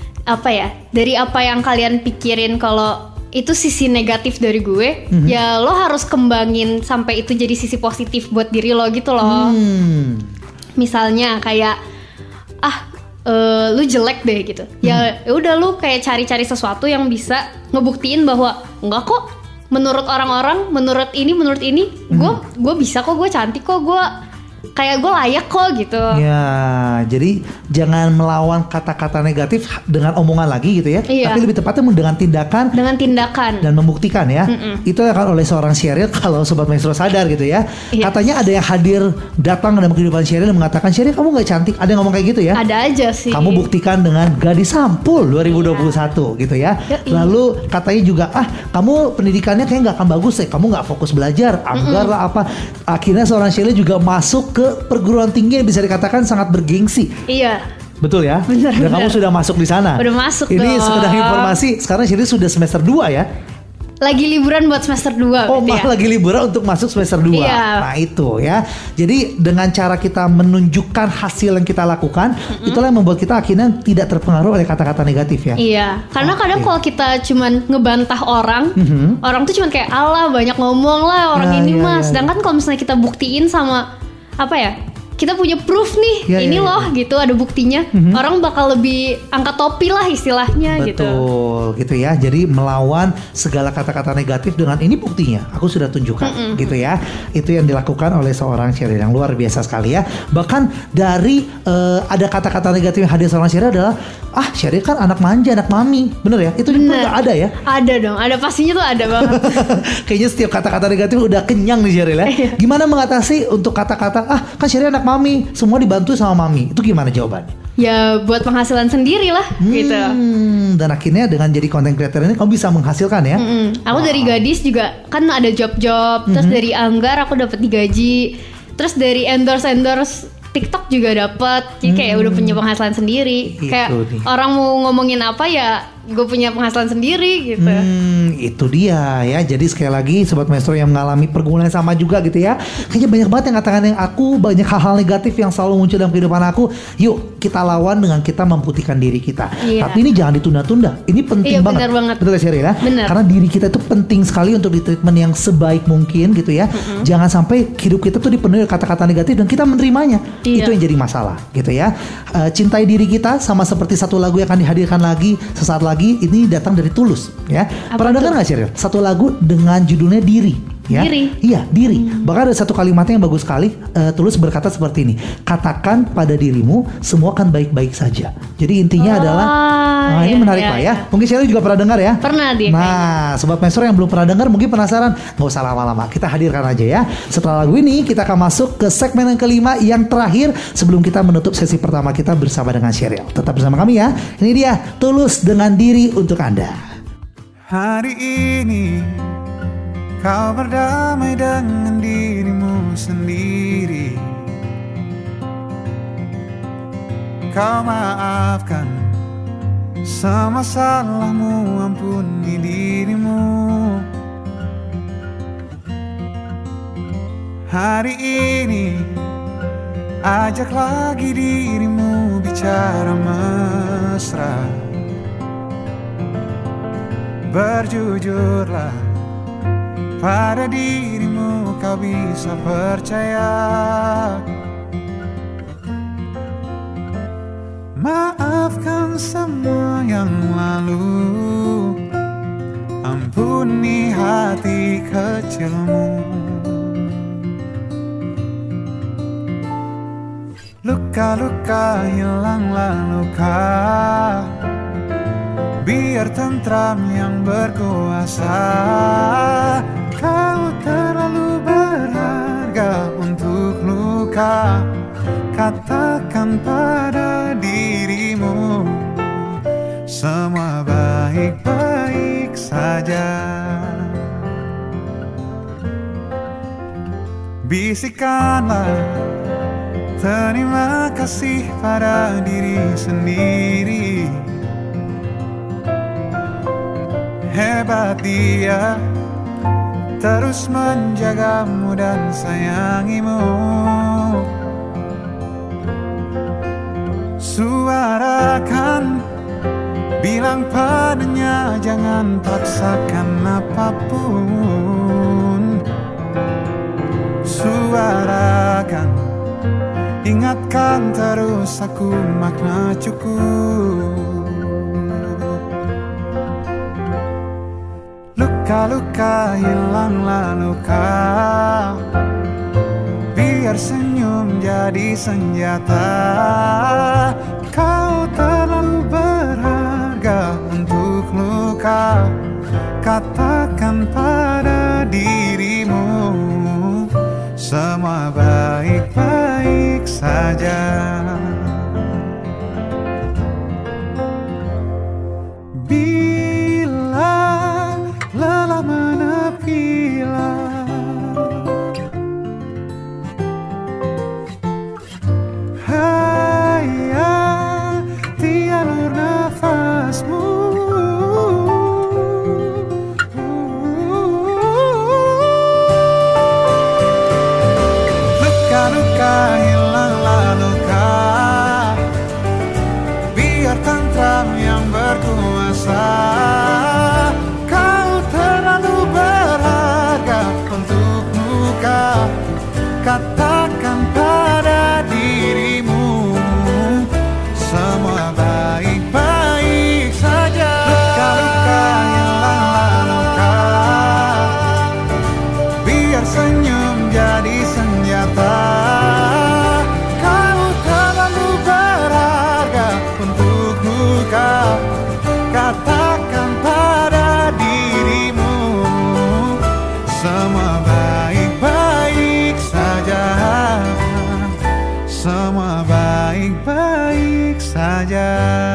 dari apa yang kalian pikirin kalau itu sisi negatif dari gue, ya lo harus kembangin sampai itu jadi sisi positif buat diri lo gitu loh. Misalnya kayak lu jelek deh gitu. Ya udah lu kayak cari-cari sesuatu yang bisa ngebuktiin bahwa enggak kok, menurut orang-orang, menurut ini gue bisa kok, gue cantik kok, gue kayak gue layak kok gitu. Ya, jadi jangan melawan kata-kata negatif dengan omongan lagi gitu ya. Iya. Tapi lebih tepatnya dengan tindakan. Dan membuktikan ya. Itu akan oleh seorang Sheryl kalau Sobat Maestro sadar gitu ya. Iya. Katanya ada yang hadir datang dalam kehidupan Sheryl dan mengatakan, Sheryl kamu gak cantik. Ada yang ngomong kayak gitu ya. Ada aja sih. Kamu buktikan dengan gadis sampul 2021 gitu ya. Lalu katanya juga kamu pendidikannya kayak gak akan bagus ya. Kamu gak fokus belajar. Anggar lah apa. Akhirnya seorang Sheryl juga masuk ke perguruan tinggi yang bisa dikatakan sangat bergengsi. Iya. Betul ya? Benar. Kamu sudah masuk di sana. Udah masuk Ini dong. sekedar informasi. Sekarang Sheryl sudah semester 2 ya. Lagi liburan buat semester 2. Oh, malah lagi liburan untuk masuk semester 2. Iya. Nah, itu ya. Jadi dengan cara kita menunjukkan hasil yang kita lakukan, itulah yang membuat kita akhirnya tidak terpengaruh oleh kata-kata negatif ya. Iya, karena kadang kalau kita cuman ngebantah orang, orang tuh cuman kayak alah banyak ngomong lah orang ini mah. Sedangkan kalau misalnya kita buktiin sama kita punya proof nih, ini loh gitu, ada buktinya. Orang bakal lebih angkat topi lah istilahnya. Betul, gitu ya. Jadi melawan segala kata-kata negatif dengan ini buktinya, aku sudah tunjukkan, gitu ya. Itu yang dilakukan oleh seorang Sheryl yang luar biasa sekali ya. Bahkan dari ada kata-kata negatif yang hadir seorang Sheryl adalah Sheryl kan anak manja, anak mami, bener ya? Itu juga ada ya? Ada dong, ada pastinya tuh ada banget. Kayaknya setiap kata-kata negatif udah kenyang nih Sheryl ya. Gimana mengatasi untuk kata-kata kan Sheryl anak mami, semua dibantu sama mami, itu gimana jawabannya? ya buat penghasilan sendiri lah gitu. Dan akhirnya dengan jadi content creator ini kamu bisa menghasilkan ya. Aku dari gadis juga kan ada job-job, terus dari Anggar aku dapat digaji, terus dari endorse TikTok juga dapat, jadi kayak udah punya penghasilan sendiri. Itu Kayak nih. orang mau ngomongin apa ya, gue punya penghasilan sendiri gitu. Itu dia ya. Jadi sekali lagi Sobat Maestro yang mengalami pergumulan yang sama juga gitu ya. Kayaknya banyak banget yang katakan yang aku, banyak hal-hal negatif yang selalu muncul dalam kehidupan aku. Yuk kita lawan dengan kita memutihkan diri kita. Iya. Tapi ini jangan ditunda-tunda. Ini penting Iya, banget. benar banget. Betul ya Sheryl ya? Benar. Karena diri kita itu penting sekali untuk di treatment yang sebaik mungkin gitu ya. Jangan sampai hidup kita tuh dipenuhi kata-kata negatif dan kita menerimanya. Iya. Itu yang jadi masalah gitu ya. Cintai diri kita sama seperti satu lagu yang akan dihadirkan lagi sesaat lagi, ini datang dari Tulus ya. Apa Pernah tuh? dengar nggak Sheryl? Satu lagu dengan judulnya Diri. Ya? Diri? Iya, diri. Bahkan ada satu kalimatnya yang bagus sekali. Tulus berkata seperti ini. Katakan pada dirimu semua akan baik-baik saja. Jadi intinya adalah ini iya, menarik iya, Pak ya. iya. Mungkin Sheryl juga pernah dengar ya. Pernah dia Nah, Sobat Maestro yang belum pernah dengar mungkin penasaran. Nggak usah lama-lama. Kita hadirkan aja ya. Setelah lagu ini kita akan masuk ke segmen yang kelima yang terakhir sebelum kita menutup sesi pertama kita bersama dengan Sheryl. Tetap bersama kami ya. Ini dia Tulus dengan Diri untuk Anda. Hari ini kau berdamai dengan dirimu sendiri. Kau maafkan semua salahmu, ampuni dirimu. Hari ini ajak lagi dirimu bicara mesra. Berjujurlah pada dirimu, kau bisa percaya. Maafkan semua yang lalu, ampuni hati kecilmu. Luka-luka hilanglah luka, biar tentram yang berkuasa. Kau terlalu berharga untuk luka. Katakan pada dirimu semua baik-baik saja. Bisikanlah terima kasih pada diri sendiri. Hebat dia, terus menjagamu dan sayangimu. Suarakan, bilang padanya jangan paksakan apapun. Suarakan, ingatkan terus aku makna cukup. Luka-luka hilanglah luka, biar senyum jadi senjata. Kau terlalu berharga untuk luka. Katakan pada dirimu semua baik-baik saja. Bila lelah menepilah, hayati alur nafasmu. Luka-luka hilanglah luka, biar tentram yang berkuasa. Kau terlalu berharga untuk luka. Katakan pada dirimu semua baik-baik saja. Luka-luka hilanglah luka, biar senyum jadi senjata. Kau terlalu berharga untuk luka. Katakan pada dirimu semua baik-baik saja. Semua baik-baik saja. saja.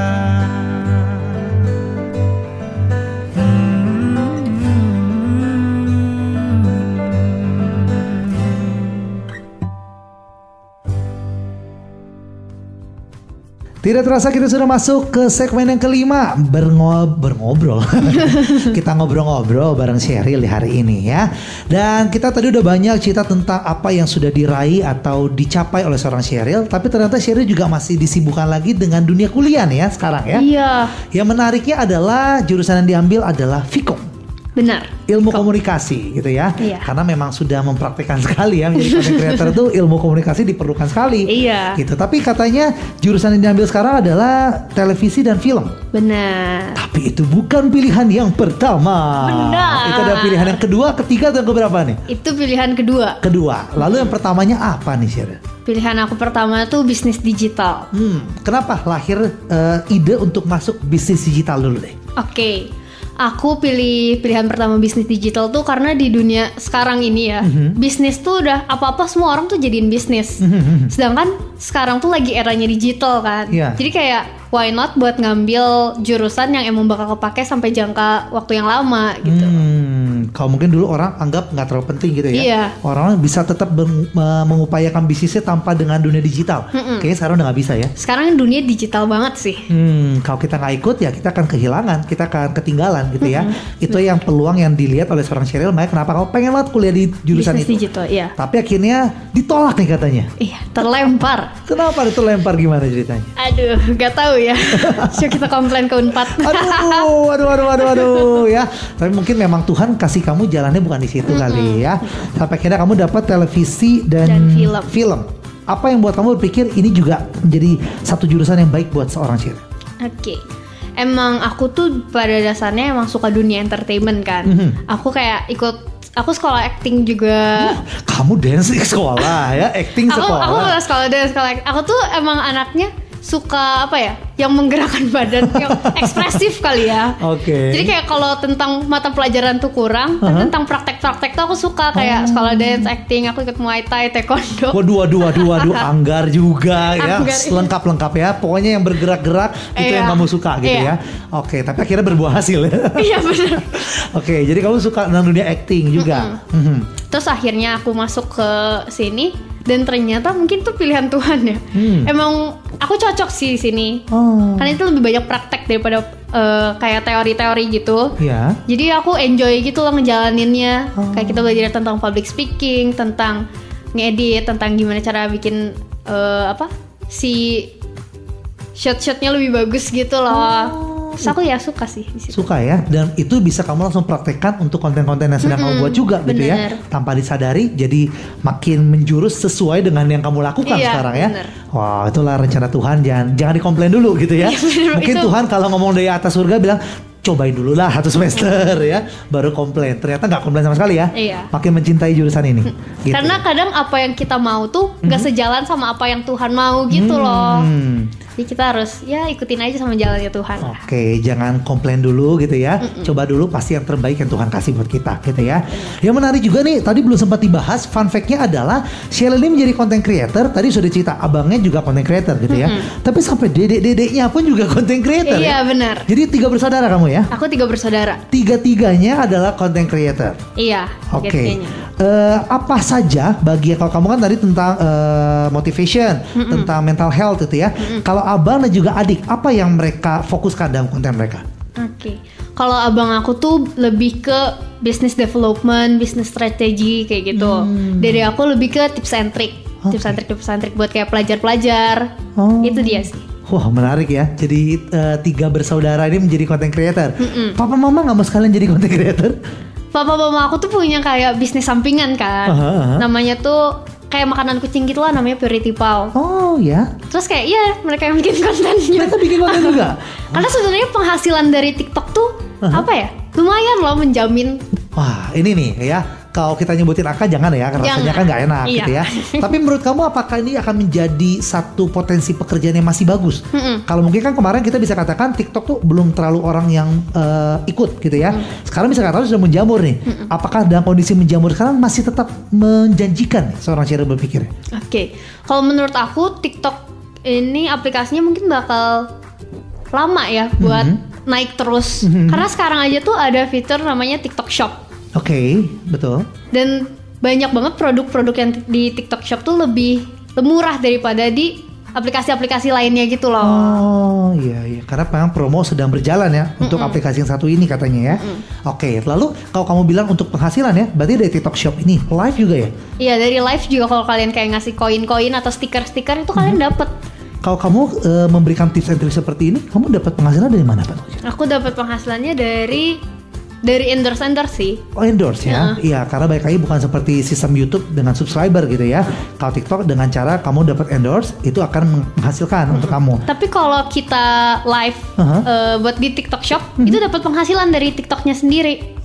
Tidak terasa kita sudah masuk ke segmen yang kelima, Berongobrol. Kita ngobrol-ngobrol bareng Sheryl di hari ini ya. Dan kita tadi udah banyak cerita tentang apa yang sudah diraih atau dicapai oleh seorang Sheryl. Tapi ternyata Sheryl juga masih disibukkan lagi dengan dunia kuliah nih ya sekarang ya. Iya. Yang menariknya adalah jurusan yang diambil adalah Vkom. Benar. Ilmu komunikasi gitu ya. Iya. Karena memang sudah mempraktikkan sekali ya menjadi content creator itu ilmu komunikasi diperlukan sekali. Iya. Gitu. Tapi katanya jurusan yang diambil sekarang adalah televisi dan film. Benar. Tapi itu bukan pilihan yang pertama. Benar. Itu ada pilihan yang kedua, ketiga atau keberapa nih? Itu pilihan kedua. Kedua. Lalu yang pertamanya apa nih Sheryl? Pilihan aku pertama tuh bisnis digital. Kenapa lahir ide untuk masuk bisnis digital dulu deh? Oke. Aku pilih pilihan pertama bisnis digital tuh karena di dunia sekarang ini ya, bisnis tuh udah apa-apa semua orang tuh jadiin bisnis. Sedangkan sekarang tuh lagi eranya digital kan. Yeah. Jadi kayak why not buat ngambil jurusan yang emang bakal kepake sampai jangka waktu yang lama gitu. Kalau mungkin dulu orang anggap nggak terlalu penting gitu ya. Iya. Orang bisa tetap mengupayakan bisnisnya tanpa dengan dunia digital. Kayaknya sekarang udah nggak bisa ya. Sekarang dunia digital banget sih. Kalau kita nggak ikut ya kita akan kehilangan, kita akan ketinggalan gitu ya. Itu yang peluang yang dilihat oleh seorang Sheryl. Makanya kenapa kamu pengen banget kuliah di jurusan Bisnis itu? digital, iya. Tapi akhirnya ditolak nih katanya. Iya, terlempar. Kenapa itu lempar, gimana ceritanya? Aduh, gak tahu ya. Coba kita komplain ke Unpad. Aduh ya. Tapi mungkin memang Tuhan kasih kamu jalannya bukan di situ kali ya. Sampai akhirnya kamu dapat televisi dan film. Apa yang buat kamu berpikir ini juga menjadi satu jurusan yang baik buat seorang Sheryl? Oke. Emang aku tuh pada dasarnya emang suka dunia entertainment kan. Aku kayak aku sekolah acting juga. Kamu dance di sekolah ya, acting sekolah. Aku nggak sekolah dance, sekolah acting. Aku tuh emang anaknya suka apa ya, yang menggerakkan badan, yang ekspresif kali ya. Oke. Jadi kayak kalau tentang mata pelajaran tuh kurang, tapi tentang praktek-praktek tuh aku suka kayak sekolah dance, acting, aku ikut Muay Thai, Taekwondo. Waduh, anggar juga ya, Anggar, iya. lengkap ya. Pokoknya yang bergerak-gerak itu yang kamu suka gitu ya. Oke, tapi akhirnya berbuah hasil ya. Iya benar. Oke, jadi kamu suka dengan dunia acting juga. Terus akhirnya aku masuk ke sini dan ternyata mungkin tuh pilihan Tuhan ya. Emang aku cocok sih di sini. Karena itu lebih banyak praktek daripada kayak teori-teori gitu. Iya. Jadi aku enjoy gitu loh ngejalaninnya. Kayak kita belajar tentang public speaking, tentang ngedit, tentang gimana cara bikin si shot-shotnya lebih bagus gitu loh. Terus aku ya suka sih di situ. Suka ya, dan itu bisa kamu langsung praktekkan untuk konten-konten yang sedang kamu buat juga gitu ya. Tanpa disadari jadi makin menjurus sesuai dengan yang kamu lakukan sekarang ya. Bener. Wah, itulah rencana Tuhan, jangan dikomplain dulu gitu ya. Mungkin itu. Tuhan kalau ngomong dari atas surga bilang cobain dulu lah 1 semester ya, baru komplain. Ternyata nggak komplain sama sekali ya. Iya. Makin mencintai jurusan ini. Gitu. Karena kadang apa yang kita mau tuh nggak sejalan sama apa yang Tuhan mau gitu loh. Jadi kita harus ya ikutin aja sama jalannya Tuhan. Oke, jangan komplain dulu gitu ya. Coba dulu pasti yang terbaik yang Tuhan kasih buat kita gitu ya. Yang menarik juga nih, tadi belum sempat dibahas, fun fact-nya adalah Sheryl ini menjadi content creator. Tadi sudah cerita abangnya juga content creator gitu ya. Tapi sampai dedek-dedeknya pun juga content creator ya. Iya benar. Jadi 3 bersaudara kamu ya? Aku 3 bersaudara. 3-tiganya adalah content creator. Iya. Oke. Apa saja bagi kalau kamu kan tadi tentang motivation, tentang mental health itu ya. Kalau abang dan juga adik, apa yang mereka fokuskan dalam konten mereka? Oke. Kalau abang aku tuh lebih ke business development, business strategy kayak gitu. Dari aku lebih ke tips and trick. Tips and trick buat kayak pelajar-pelajar. Itu dia sih. Wah, menarik ya. Jadi 3 bersaudara ini menjadi content creator. Papa mama nggak mau sekalian jadi content creator? Papa mama aku tuh punya kayak bisnis sampingan kan. Namanya tuh kayak makanan kucing gitu lah, namanya Purity Paw. Oh ya. Terus kayak iya mereka yang bikin kontennya. Mereka bikin konten juga. Karena sebenarnya penghasilan dari TikTok tuh apa ya? Lumayan loh, menjamin. Wah, ini nih ya. Kalau kita nyebutin angka jangan ya, rasanya kan nggak enak gitu ya. Tapi menurut kamu apakah ini akan menjadi satu potensi pekerjaan yang masih bagus? Kalau mungkin kan kemarin kita bisa katakan TikTok tuh belum terlalu orang yang ikut gitu ya. Sekarang bisa katakan sudah menjamur nih. Apakah dalam kondisi menjamur sekarang masih tetap menjanjikan seorang Sheryl berpikir? Oke. Kalau menurut aku TikTok ini aplikasinya mungkin bakal lama ya buat naik terus. Karena sekarang aja tuh ada fitur namanya TikTok Shop. Oke, betul. Dan banyak banget produk-produk yang di TikTok Shop tuh lebih murah daripada di aplikasi-aplikasi lainnya gitu loh. Oh iya, karena memang promo sedang berjalan ya untuk aplikasi yang satu ini katanya ya. Oke, lalu kalau kamu bilang untuk penghasilan ya, berarti dari TikTok Shop ini live juga ya? Iya, dari live juga kalau kalian kayak ngasih koin-koin atau stiker-stiker itu kalian dapet. Kalau kamu memberikan tips and trik seperti ini, kamu dapat penghasilan dari mana, Pak? Aku dapat penghasilannya dari endorse sih. Oh, endorse ya? Iya, karena baik lagi bukan seperti sistem YouTube dengan subscriber gitu ya. Kalau TikTok dengan cara kamu dapat endorse itu akan menghasilkan untuk kamu. Tapi kalau kita live buat di TikTok Shop itu dapat penghasilan dari TikToknya sendiri.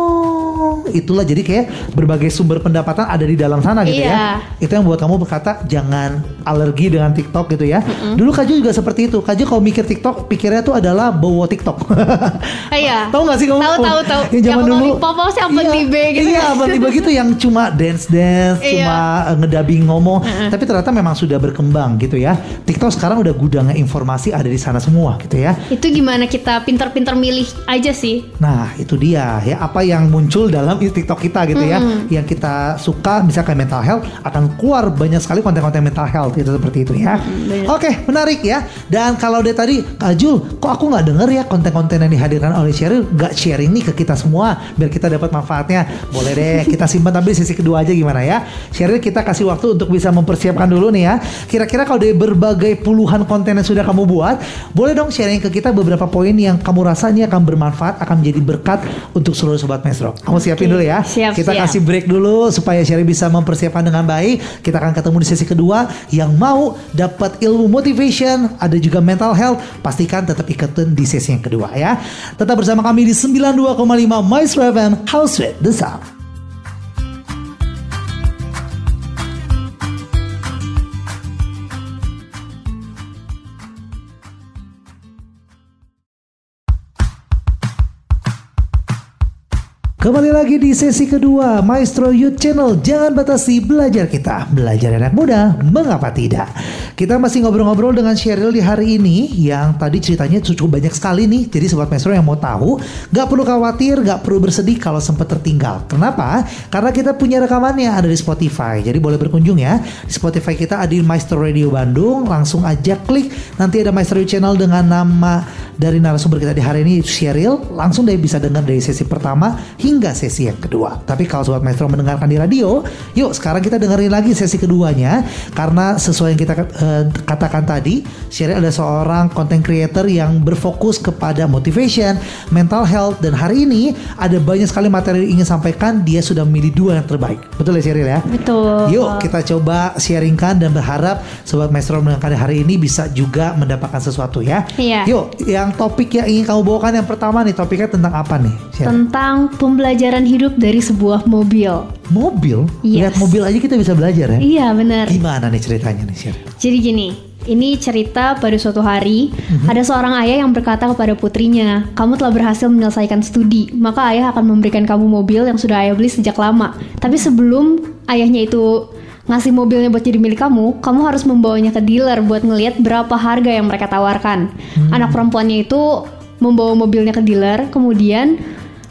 Oh, itulah jadi kayak berbagai sumber pendapatan ada di dalam sana gitu ya. Itu yang buat kamu berkata jangan alergi dengan TikTok gitu ya. Dulu Kaju juga seperti itu. Kaju kalau mikir TikTok pikirnya tuh adalah bawa TikTok. Iya. Tahu nggak sih kamu? Tahu. Yang zaman dulu. Papa sih apa tibe gitu. Iya, apa tibe gitu yang cuma dance, cuma ngedabing ngomong. Tapi ternyata memang sudah berkembang gitu ya. TikTok sekarang udah gudangnya informasi ada di sana semua gitu ya. Itu gimana kita pinter-pinter milih aja sih. Nah, itu dia ya, apa yang muncul dalam TikTok kita gitu ya, yang kita suka misalkan mental health akan keluar banyak sekali konten-konten mental health itu seperti itu ya. Oke, menarik ya. Dan kalau dari tadi Kak Jul, kok aku nggak denger ya konten-konten yang dihadirkan oleh Sheryl, nggak sharing nih ke kita semua biar kita dapat manfaatnya. Boleh deh kita simpan tapi sesi kedua aja gimana ya. Sheryl kita kasih waktu untuk bisa mempersiapkan dulu nih ya. Kira-kira kalau dari berbagai puluhan konten yang sudah kamu buat, boleh dong sharing ke kita beberapa poin yang kamu rasa ini akan bermanfaat, akan menjadi berkat untuk seluruh Sobat Maestro. Kamu siapin dulu ya. Kita kasih break dulu supaya Sheryl bisa mempersiapkan dengan baik. Kita akan ketemu di sesi kedua. Yang mau dapat ilmu motivation, ada juga mental health, pastikan tetap ikutin di sesi yang kedua ya. Tetap bersama kami di 92,5 Maestro FM, House with the Sound. Kembali lagi di sesi kedua Maestro Youth Channel. Jangan batasi belajar kita. Belajar anak muda, mengapa tidak? Kita masih ngobrol-ngobrol dengan Sheryl di hari ini, yang tadi ceritanya cukup banyak sekali nih. Jadi Sobat Maestro yang mau tahu, gak perlu khawatir, gak perlu bersedih kalau sempat tertinggal. Kenapa? Karena kita punya rekamannya ada di Spotify. Jadi boleh berkunjung ya. Di Spotify kita ada di Maestro Radio Bandung. Langsung aja klik. Nanti ada Maestro Youth Channel dengan nama dari narasumber kita di hari ini, Sheryl. Langsung deh bisa dengar dari sesi pertama hingga sesi yang kedua. Tapi kalau Sobat Maestro mendengarkan di radio, yuk sekarang kita dengerin lagi sesi keduanya. Karena sesuai yang kita katakan tadi, Sheryl adalah seorang content creator yang berfokus kepada motivation, mental health, dan hari ini ada banyak sekali materi yang ingin sampaikan. Dia sudah memilih 2 yang terbaik. Betul ya Sheryl ya? Betul. Yuk kita coba sharingkan dan berharap Sobat Maestro mendengarkan hari ini bisa juga mendapatkan sesuatu ya. Iya. Yuk, yang topik yang ingin kamu bawakan yang pertama nih, topiknya tentang apa nih, Sheryl? Tentang pembelajaran hidup dari sebuah mobil. Mobil? Yes. Lihat mobil aja kita bisa belajar ya? Iya benar. Gimana nih ceritanya nih Sheryl? Jadi gini, ini cerita pada suatu hari ada seorang ayah yang berkata kepada putrinya, kamu telah berhasil menyelesaikan studi, maka ayah akan memberikan kamu mobil yang sudah ayah beli sejak lama. Tapi sebelum ayahnya itu ngasih mobilnya buat jadi milik kamu harus membawanya ke dealer buat ngelihat berapa harga yang mereka tawarkan. Anak perempuannya itu membawa mobilnya ke dealer, kemudian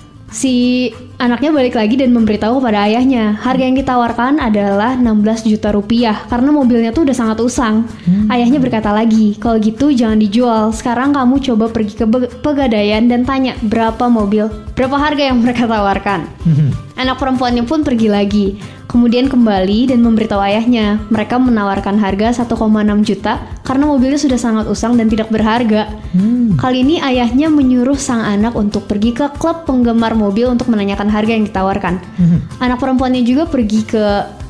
si anaknya balik lagi dan memberitahu kepada ayahnya harga yang ditawarkan adalah 16 juta rupiah karena mobilnya tuh udah sangat usang. Ayahnya berkata lagi, kalau gitu jangan dijual, sekarang kamu coba pergi ke Pegadaian dan tanya berapa harga yang mereka tawarkan. Anak perempuannya pun pergi lagi, kemudian kembali dan memberitahu ayahnya mereka menawarkan harga 1,6 juta karena mobilnya sudah sangat usang dan tidak berharga. Kali ini ayahnya menyuruh sang anak untuk pergi ke klub penggemar mobil untuk menanyakan harga yang ditawarkan. Anak perempuannya juga pergi ke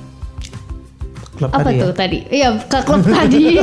klub tadi. Iya, ke klub tadi.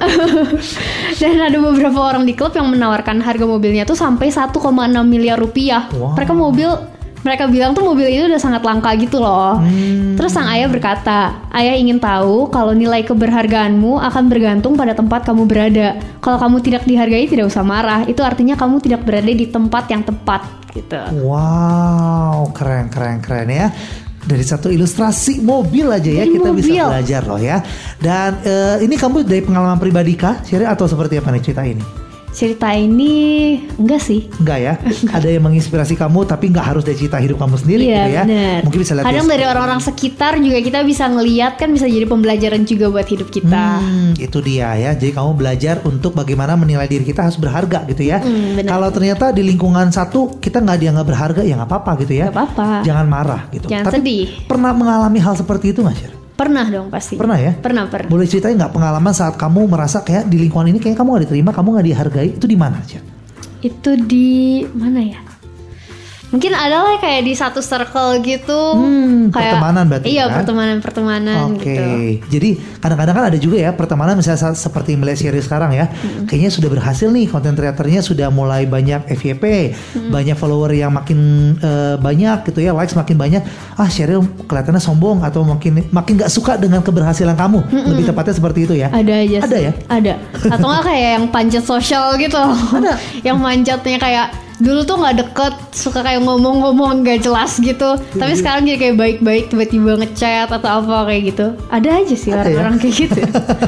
Dan ada beberapa orang di klub yang menawarkan harga mobilnya tuh sampai 1,6 miliar rupiah. Wow. Mereka bilang tuh mobil ini udah sangat langka gitu loh. Terus sang ayah berkata, ayah ingin tahu kalau nilai keberhargaanmu akan bergantung pada tempat kamu berada. Kalau kamu tidak dihargai tidak usah marah. Itu artinya kamu tidak berada di tempat yang tepat gitu. Wow, keren ya. Dari satu ilustrasi mobil aja ya Dari kita bisa mobil. belajar loh ya. Dan ini kamu dari pengalaman pribadi kah, Sheryl, atau seperti apa nih cerita ini? Cerita ini enggak sih. Enggak ya? Ada yang menginspirasi kamu tapi nggak harus dari cerita hidup kamu sendiri Iya gitu ya. bener. Mungkin bisa lihat kadang ya, dari orang-orang sekitar juga kita bisa ngeliat kan, bisa jadi pembelajaran juga buat hidup kita. Itu dia ya. Jadi kamu belajar untuk bagaimana menilai diri kita harus berharga gitu ya. Bener. Kalau ternyata di lingkungan satu kita nggak dianggap berharga, ya nggak apa-apa gitu ya. Nggak apa-apa. Jangan marah gitu. Jangan Tapi sedih. pernah mengalami hal seperti itu nggak, Sher? Pernah dong pasti. Pernah ya? Pernah. Boleh ceritain nggak pengalaman saat kamu merasa kayak di lingkungan ini kayak kamu nggak diterima, kamu nggak dihargai, itu di mana aja? Itu di mana ya? Mungkin adalah kayak di satu circle gitu. Kayak, pertemanan berarti iya, kan? pertemanan Oke, gitu. jadi kadang-kadang kan ada juga ya pertemanan misalnya seperti melihat Sheryl sekarang ya, kayaknya sudah berhasil nih, konten kreatornya sudah mulai banyak FYP, banyak follower yang makin banyak gitu ya, likes makin banyak. Ah, Sheryl kelihatannya sombong atau makin nggak suka dengan keberhasilan kamu, lebih tepatnya seperti itu ya. Ada aja sih. Ada ya? Ada. Atau nggak kayak yang panjat sosial gitu. Ada. Yang manjatnya kayak dulu tuh nggak deket, suka kayak ngomong-ngomong nggak jelas gitu. Tapi sekarang jadi kayak baik-baik, tiba-tiba ngechat atau apa kayak gitu. Ada aja sih Ada orang-orang ya? kayak gitu.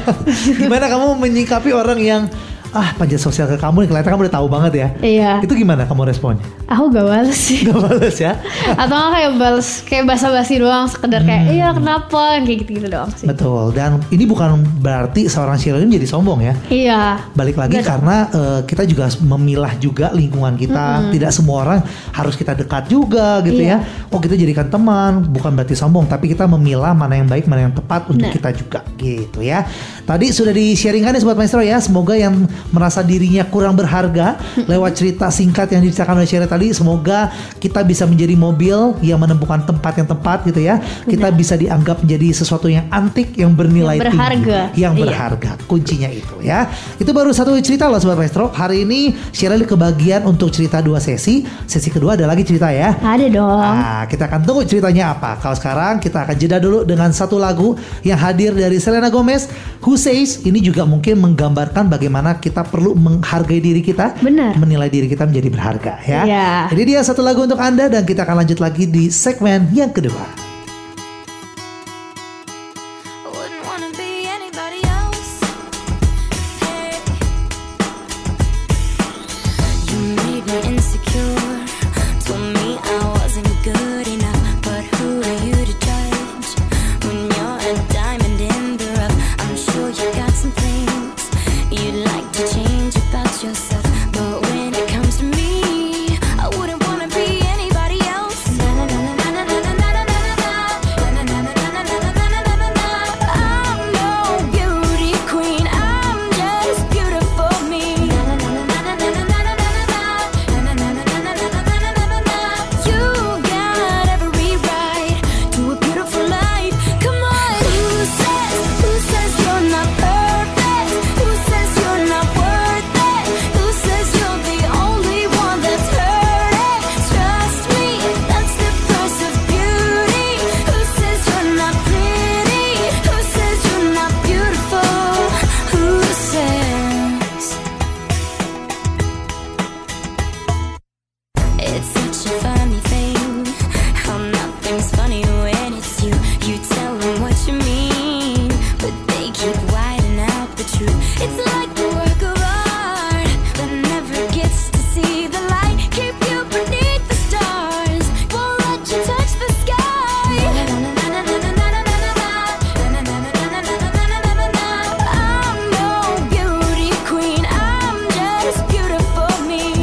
Gimana kamu menyikapi orang yang panjat sosial ke kamu nih, kelihatan kamu udah tahu banget ya. Iya. Itu gimana kamu responnya? Aku gak bales sih. Gak bales ya? Atau nggak kayak bales kayak basa-basi doang, sekedar kayak iya kenapa kayak gitu-gitu doang sih. Betul. Dan ini bukan berarti seorang Sheryl ini jadi sombong ya. Iya. Balik lagi karena kita juga memilah juga lingkungan kita. Tidak semua orang harus kita dekat juga gitu Iya. ya. Oh, kita jadikan teman, bukan berarti sombong, tapi kita memilah mana yang baik, mana yang tepat untuk Benar. kita juga gitu ya. Tadi sudah di-sharingkan ya Sobat Maestro ya. Semoga yang merasa dirinya kurang berharga lewat cerita singkat yang diceritakan oleh Sheryl tadi, semoga kita bisa menjadi mobil yang menemukan tempat yang tepat gitu ya. Kita bisa dianggap menjadi sesuatu yang antik, yang bernilai Yang berharga. tinggi, yang Iya. berharga. Kuncinya itu ya. Itu baru satu cerita loh Sobat Maestro. Hari ini Sheryl kebagian untuk cerita 2 sesi. Sesi kedua ada lagi cerita ya. Ada dong. Nah, kita akan tunggu ceritanya apa. Kalau sekarang kita akan jeda dulu dengan satu lagu yang hadir dari Selena Gomez, Who Says. Ini juga mungkin menggambarkan bagaimana kita perlu menghargai diri kita, Benar. menilai diri kita menjadi berharga ya. Iya. Jadi dia satu lagu untuk Anda dan kita akan lanjut lagi di segmen yang kedua. I wouldn't wanna be anybody else. Hey, you made me insecure. Told me I wasn't good enough, but who are you to judge? When you're a diamond in the rough, I'm sure you got some things you'd like to change about yourself. But when it comes to me, I wouldn't wanna be anybody else. Na na na na na na na na na na na. Na na na na na na na na na na na. I'm no beauty queen, I'm just beautiful me. Na na na na na na na na na na na. Na na na na na na na na na na na. You got every right to a beautiful life. Come on, who says you're not perfect? Who says you're not worth it? Who says you're the only one that's hurting? Trust me, that's the price of beauty. Who says you're not pretty? Who says you're not beautiful? Who says? It's such a funny thing how nothing's funny when it's you. You tell them what you mean, but they keep whiting out the truth. It's like a work of art that never gets to see the light. Keep you beneath the stars, won't let you touch the sky. I'm no beauty queen, I'm just beautiful me.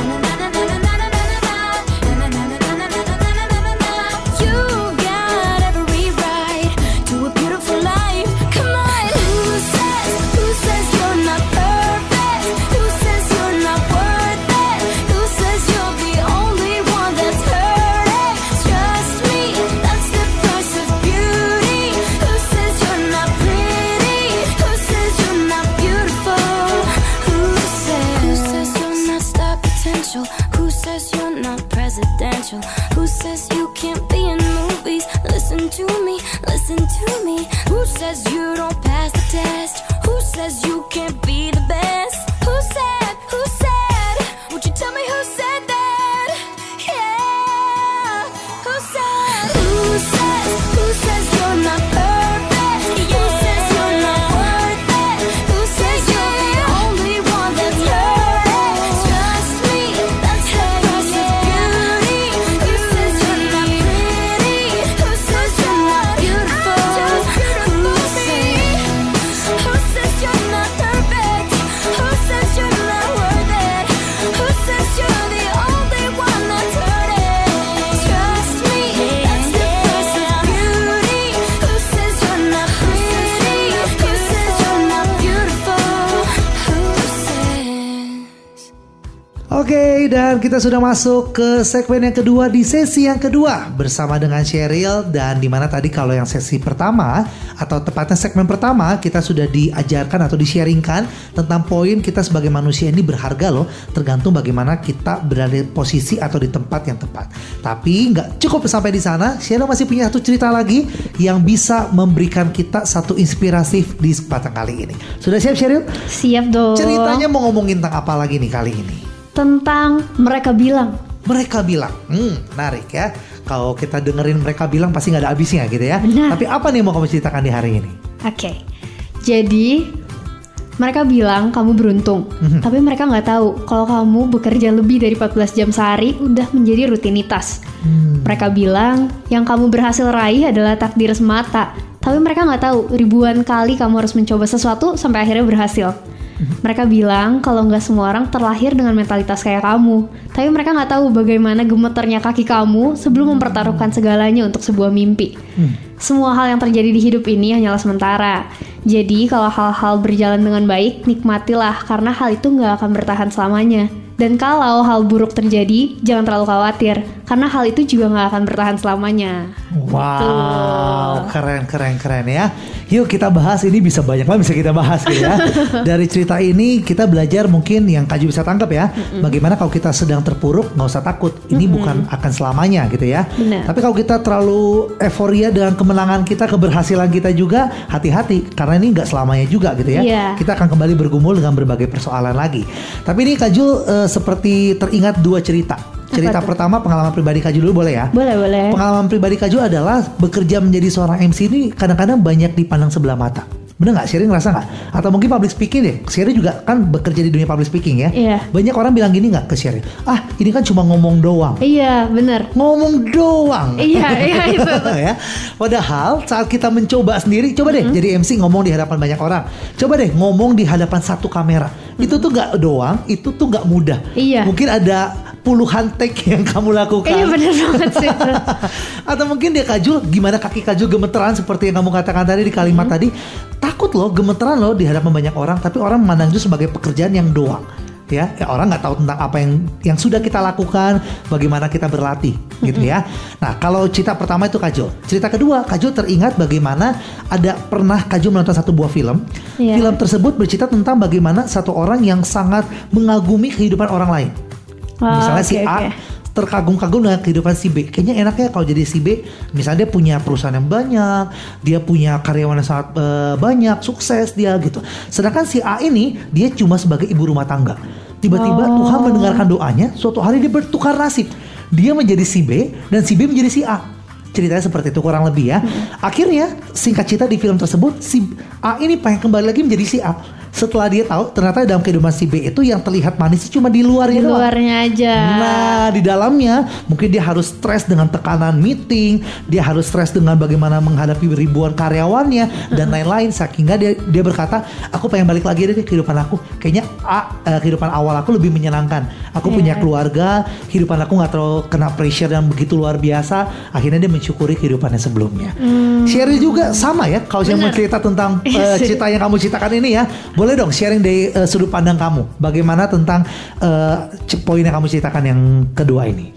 You got every right to a beautiful life. Come on, who says you're not perfect? Who says you're not worth it? Who says you're the only one that's hurting? Trust me, that's the price of beauty. Who says you're not pretty? Who says you're not beautiful? Who says you're not star potential? Who says you're not presidential? Who says you can't be in movies? Listen to me, listen to me. Who says you don't pass the test? Who says you can't be the best? Who said, would you tell me who said that? Yeah, who said Oke, dan kita sudah masuk ke segmen yang kedua di sesi yang kedua bersama dengan Sheryl, dan dimana tadi kalau yang sesi pertama atau tepatnya segmen pertama kita sudah diajarkan atau di-sharingkan tentang poin kita sebagai manusia ini berharga loh, tergantung bagaimana kita berada di posisi atau di tempat yang tepat. Tapi nggak cukup sampai di sana, Sheryl masih punya satu cerita lagi yang bisa memberikan kita satu inspirasi di kesempatan kali ini. Sudah siap Sheryl? Siap dong. Ceritanya mau ngomongin tentang apa lagi nih kali ini? Tentang mereka bilang. Mereka bilang, menarik ya. Kalau kita dengerin mereka bilang pasti nggak ada habisnya gitu ya. Benar. Tapi apa nih yang mau kamu ceritakan di hari ini? Oke. Jadi mereka bilang kamu beruntung, tapi mereka nggak tahu kalau kamu bekerja lebih dari 14 jam sehari udah menjadi rutinitas. Mereka bilang yang kamu berhasil raih adalah takdir semata, tapi mereka nggak tahu ribuan kali kamu harus mencoba sesuatu sampai akhirnya berhasil. Mereka bilang kalau nggak semua orang terlahir dengan mentalitas kayak kamu, tapi mereka nggak tahu bagaimana gemeternya kaki kamu sebelum mempertaruhkan segalanya untuk sebuah mimpi. Semua hal yang terjadi di hidup ini hanyalah sementara. Jadi kalau hal-hal berjalan dengan baik, nikmatilah karena hal itu nggak akan bertahan selamanya. Dan kalau hal buruk terjadi, jangan terlalu khawatir karena hal itu juga nggak akan bertahan selamanya. Wow, keren ya. Yuk kita bahas, ini bisa banyak banget bisa kita bahas gitu ya. Dari cerita ini kita belajar mungkin yang Kak Ju bisa tangkap ya. Bagaimana kalau kita sedang terpuruk, nggak usah takut. Ini bukan akan selamanya gitu ya. Benar. Tapi kalau kita terlalu euforia dengan kemenangan kita, keberhasilan kita juga, hati-hati karena ini nggak selamanya juga gitu ya. Iya. Kita akan kembali bergumul dengan berbagai persoalan lagi. Tapi ini Kak Ju seperti teringat dua cerita. Cerita pertama pengalaman pribadi Kak Ju dulu boleh ya? Boleh. Pengalaman pribadi Kak Ju adalah bekerja menjadi seorang MC ini kadang-kadang banyak dipandang sebelah mata. Bener gak? Sheryl ngerasa gak? Atau mungkin public speaking deh. Sheryl juga kan bekerja di dunia public speaking ya. Iya. Banyak orang bilang gini gak ke Sheryl? Ah ini kan cuma ngomong doang. Iya, bener. Ngomong doang. Iya itu. Ya. Padahal saat kita mencoba sendiri, coba deh jadi MC ngomong di hadapan banyak orang. Coba deh ngomong di hadapan satu kamera. Itu tuh gak doang, itu tuh gak mudah. Iya. Mungkin ada puluhan take yang kamu lakukan. Iya bener banget sih. Atau mungkin dia Kak Ju, gimana kaki Kak Ju gemeteran seperti yang kamu katakan tadi di kalimat tadi. Takut loh, gemeteran loh di hadapan banyak orang, tapi orang memandang itu sebagai pekerjaan yang doang. Ya orang nggak tahu tentang apa yang sudah kita lakukan, bagaimana kita berlatih gitu ya. Nah kalau cerita pertama itu Kak Jo. Cerita kedua Kak Jo teringat bagaimana pernah Kak Jo menonton satu buah film. Iya. Film tersebut bercerita tentang bagaimana satu orang yang sangat mengagumi kehidupan orang lain. Misalnya si A terkagum-kagum dengan kehidupan si B. Kayaknya enaknya kalau jadi si B, misalnya dia punya perusahaan yang banyak, dia punya karyawan yang sangat banyak, sukses dia gitu. Sedangkan si A ini dia cuma sebagai ibu rumah tangga. Tiba-tiba Tuhan mendengarkan doanya, suatu hari dia bertukar nasib. Dia menjadi si B dan si B menjadi si A. Ceritanya seperti itu kurang lebih ya. Akhirnya singkat cerita di film tersebut si A ini pengen kembali lagi menjadi si A. Setelah dia tahu ternyata dalam kehidupan si B itu yang terlihat manis cuma di luarnya doang. Di luarnya aja. Nah di dalamnya mungkin dia harus stres dengan tekanan meeting, dia harus stres dengan bagaimana menghadapi ribuan karyawannya dan lain-lain. Sehingga dia berkata, aku pengen balik lagi deh kehidupan aku. Kayaknya kehidupan awal aku lebih menyenangkan. Aku punya keluarga, kehidupan aku gak terlalu kena pressure dan begitu luar biasa. Akhirnya dia mensyukuri kehidupannya sebelumnya. Sheryl juga sama ya. Kalau saya mau cerita tentang cerita yang kamu ceritakan ini ya, boleh dong sharing dari sudut pandang kamu. Bagaimana tentang poin yang kamu ceritakan yang kedua ini?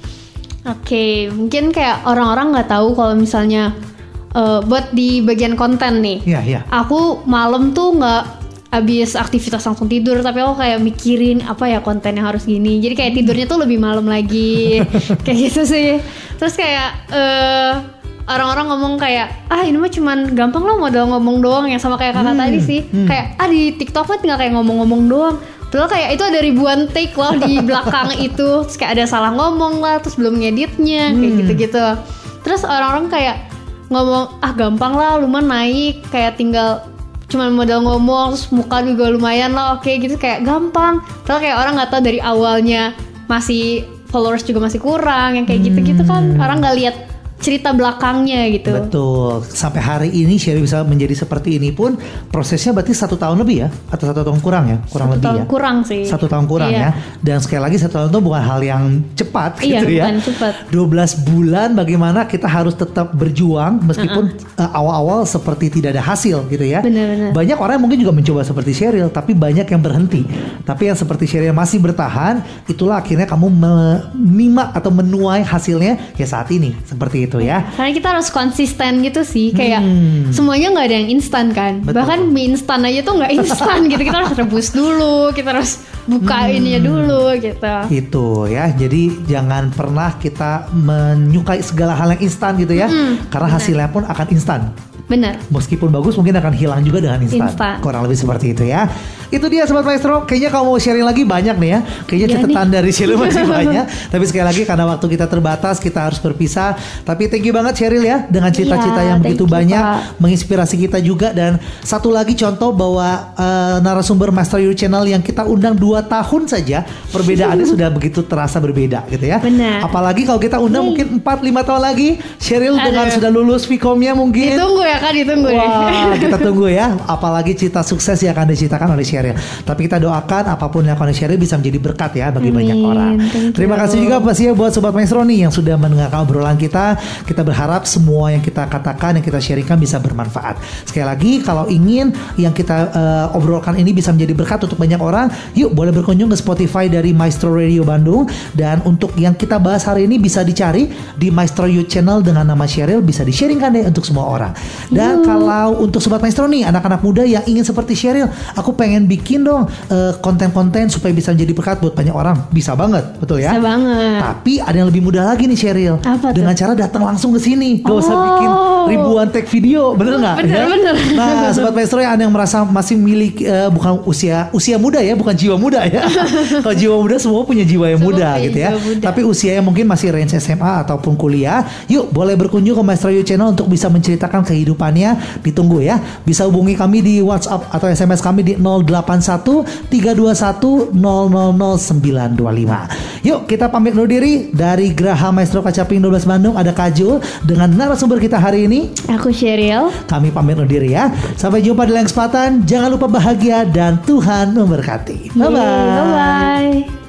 Oke, mungkin kayak orang-orang nggak tahu kalau misalnya buat di bagian konten nih. Iya. Aku malam tuh nggak abis aktivitas langsung tidur, tapi aku kayak mikirin apa ya konten yang harus gini. Jadi kayak tidurnya tuh lebih malam lagi. Kayak gitu sih. Terus kayak orang-orang ngomong kayak ini mah cuman gampang loh modal ngomong doang ya, sama kayak kakak tadi sih. Kayak di TikTok mah tinggal kayak ngomong-ngomong doang. Padahal kayak itu ada ribuan take loh di belakang itu. Terus kayak ada salah ngomong lah, terus belum ngeditnya, kayak gitu-gitu. Terus orang-orang kayak ngomong gampang lah, lumayan naik, kayak tinggal cuman modal ngomong, terus muka juga lumayan lah, oke gitu, kayak gampang. Padahal kayak orang nggak tahu dari awalnya masih followers juga masih kurang, yang kayak gitu-gitu kan orang nggak lihat cerita belakangnya gitu. Betul. Sampai hari ini Sheryl bisa menjadi seperti ini pun prosesnya berarti 1 tahun lebih ya, atau 1 tahun kurang ya, kurang 1 lebih tahun ya. kurang sih. 1 tahun kurang Iya. ya. Dan sekali lagi 1 tahun itu bukan hal yang cepat Iya, gitu ya. bukan cepat. 12 bulan bagaimana kita harus tetap berjuang meskipun awal-awal seperti tidak ada hasil gitu ya. Benar-benar. Banyak orang yang mungkin juga mencoba seperti Sheryl, tapi banyak yang berhenti. Tapi yang seperti Sheryl masih bertahan, itulah akhirnya kamu menyimak atau menuai hasilnya ya saat ini seperti itu ya. Karena kita harus konsisten gitu sih, kayak semuanya nggak ada yang instan kan. Betul. Bahkan mie instan aja tuh nggak instan gitu. Kita harus rebus dulu, kita harus buka ininya dulu gitu. Itu ya, jadi jangan pernah kita menyukai segala hal yang instan gitu ya, karena hasilnya pun akan instan. Bener. Meskipun bagus mungkin akan hilang juga dengan instan. Kurang lebih seperti itu ya. Itu dia Sobat Maestro. Kayaknya kalau mau sharing lagi banyak nih ya. Kayaknya catatan dari Sheryl masih banyak. Tapi sekali lagi karena waktu kita terbatas, kita harus berpisah. Tapi thank you banget Sheryl ya, dengan cerita-cerita yang begitu banyak, menginspirasi kita juga. Dan satu lagi contoh bahwa narasumber Maestro You Channel yang kita undang 2 tahun saja, perbedaannya sudah begitu terasa berbeda gitu ya. Benar. Apalagi kalau kita undang mungkin 4-5 tahun lagi, Sheryl dengan sudah lulus Vkomnya mungkin. Ditunggu ya kan, ditunggu ya. Wah, kita tunggu ya. Apalagi cerita sukses yang akan diceritakan oleh Sheryl. Tapi kita doakan apapun yang akan Sheryl bisa menjadi berkat ya bagi banyak orang. Terima kasih juga pasti ya buat Sobat Maestro nih yang sudah mendengarkan obrolan kita. Kita berharap semua yang kita katakan, yang kita sharingkan bisa bermanfaat. Sekali lagi kalau ingin yang kita obrolkan ini bisa menjadi berkat untuk banyak orang, yuk boleh berkunjung ke Spotify dari Maestro Radio Bandung. Dan untuk yang kita bahas hari ini bisa dicari di Maestro You Channel dengan nama Sheryl, bisa di-sharingkan deh untuk semua orang. Dan kalau untuk Sobat Maestro nih, anak-anak muda yang ingin seperti Sheryl, aku pengen bikin dong konten-konten supaya bisa menjadi berkat buat banyak orang. Bisa banget, betul ya? Bisa banget. Tapi ada yang lebih mudah lagi nih Sheryl. Apa dengan cara datang langsung ke sini. Gak usah bikin ribuan tag video, bener nggak? Bener. Nah, Sobat Maestro yang ada yang merasa masih milik bukan usia muda ya, bukan jiwa muda ya. Kalau jiwa muda semua punya jiwa yang muda gitu ya. Tapi usia yang mungkin masih range SMA ataupun kuliah, yuk boleh berkunjung ke Maestro You Channel untuk bisa menceritakan kehidupannya. Ditunggu ya. Bisa hubungi kami di WhatsApp atau SMS kami di 081 321 000925. Yuk kita pamit undur diri dari Geraha Maestro Kacaping 12 Bandung. Ada Kajul dengan narasumber kita hari ini. Aku Sheryl. Kami pamit undur diri ya. Sampai jumpa di lain kesempatan. Jangan lupa bahagia dan Tuhan memberkati. Bye bye. Bye bye.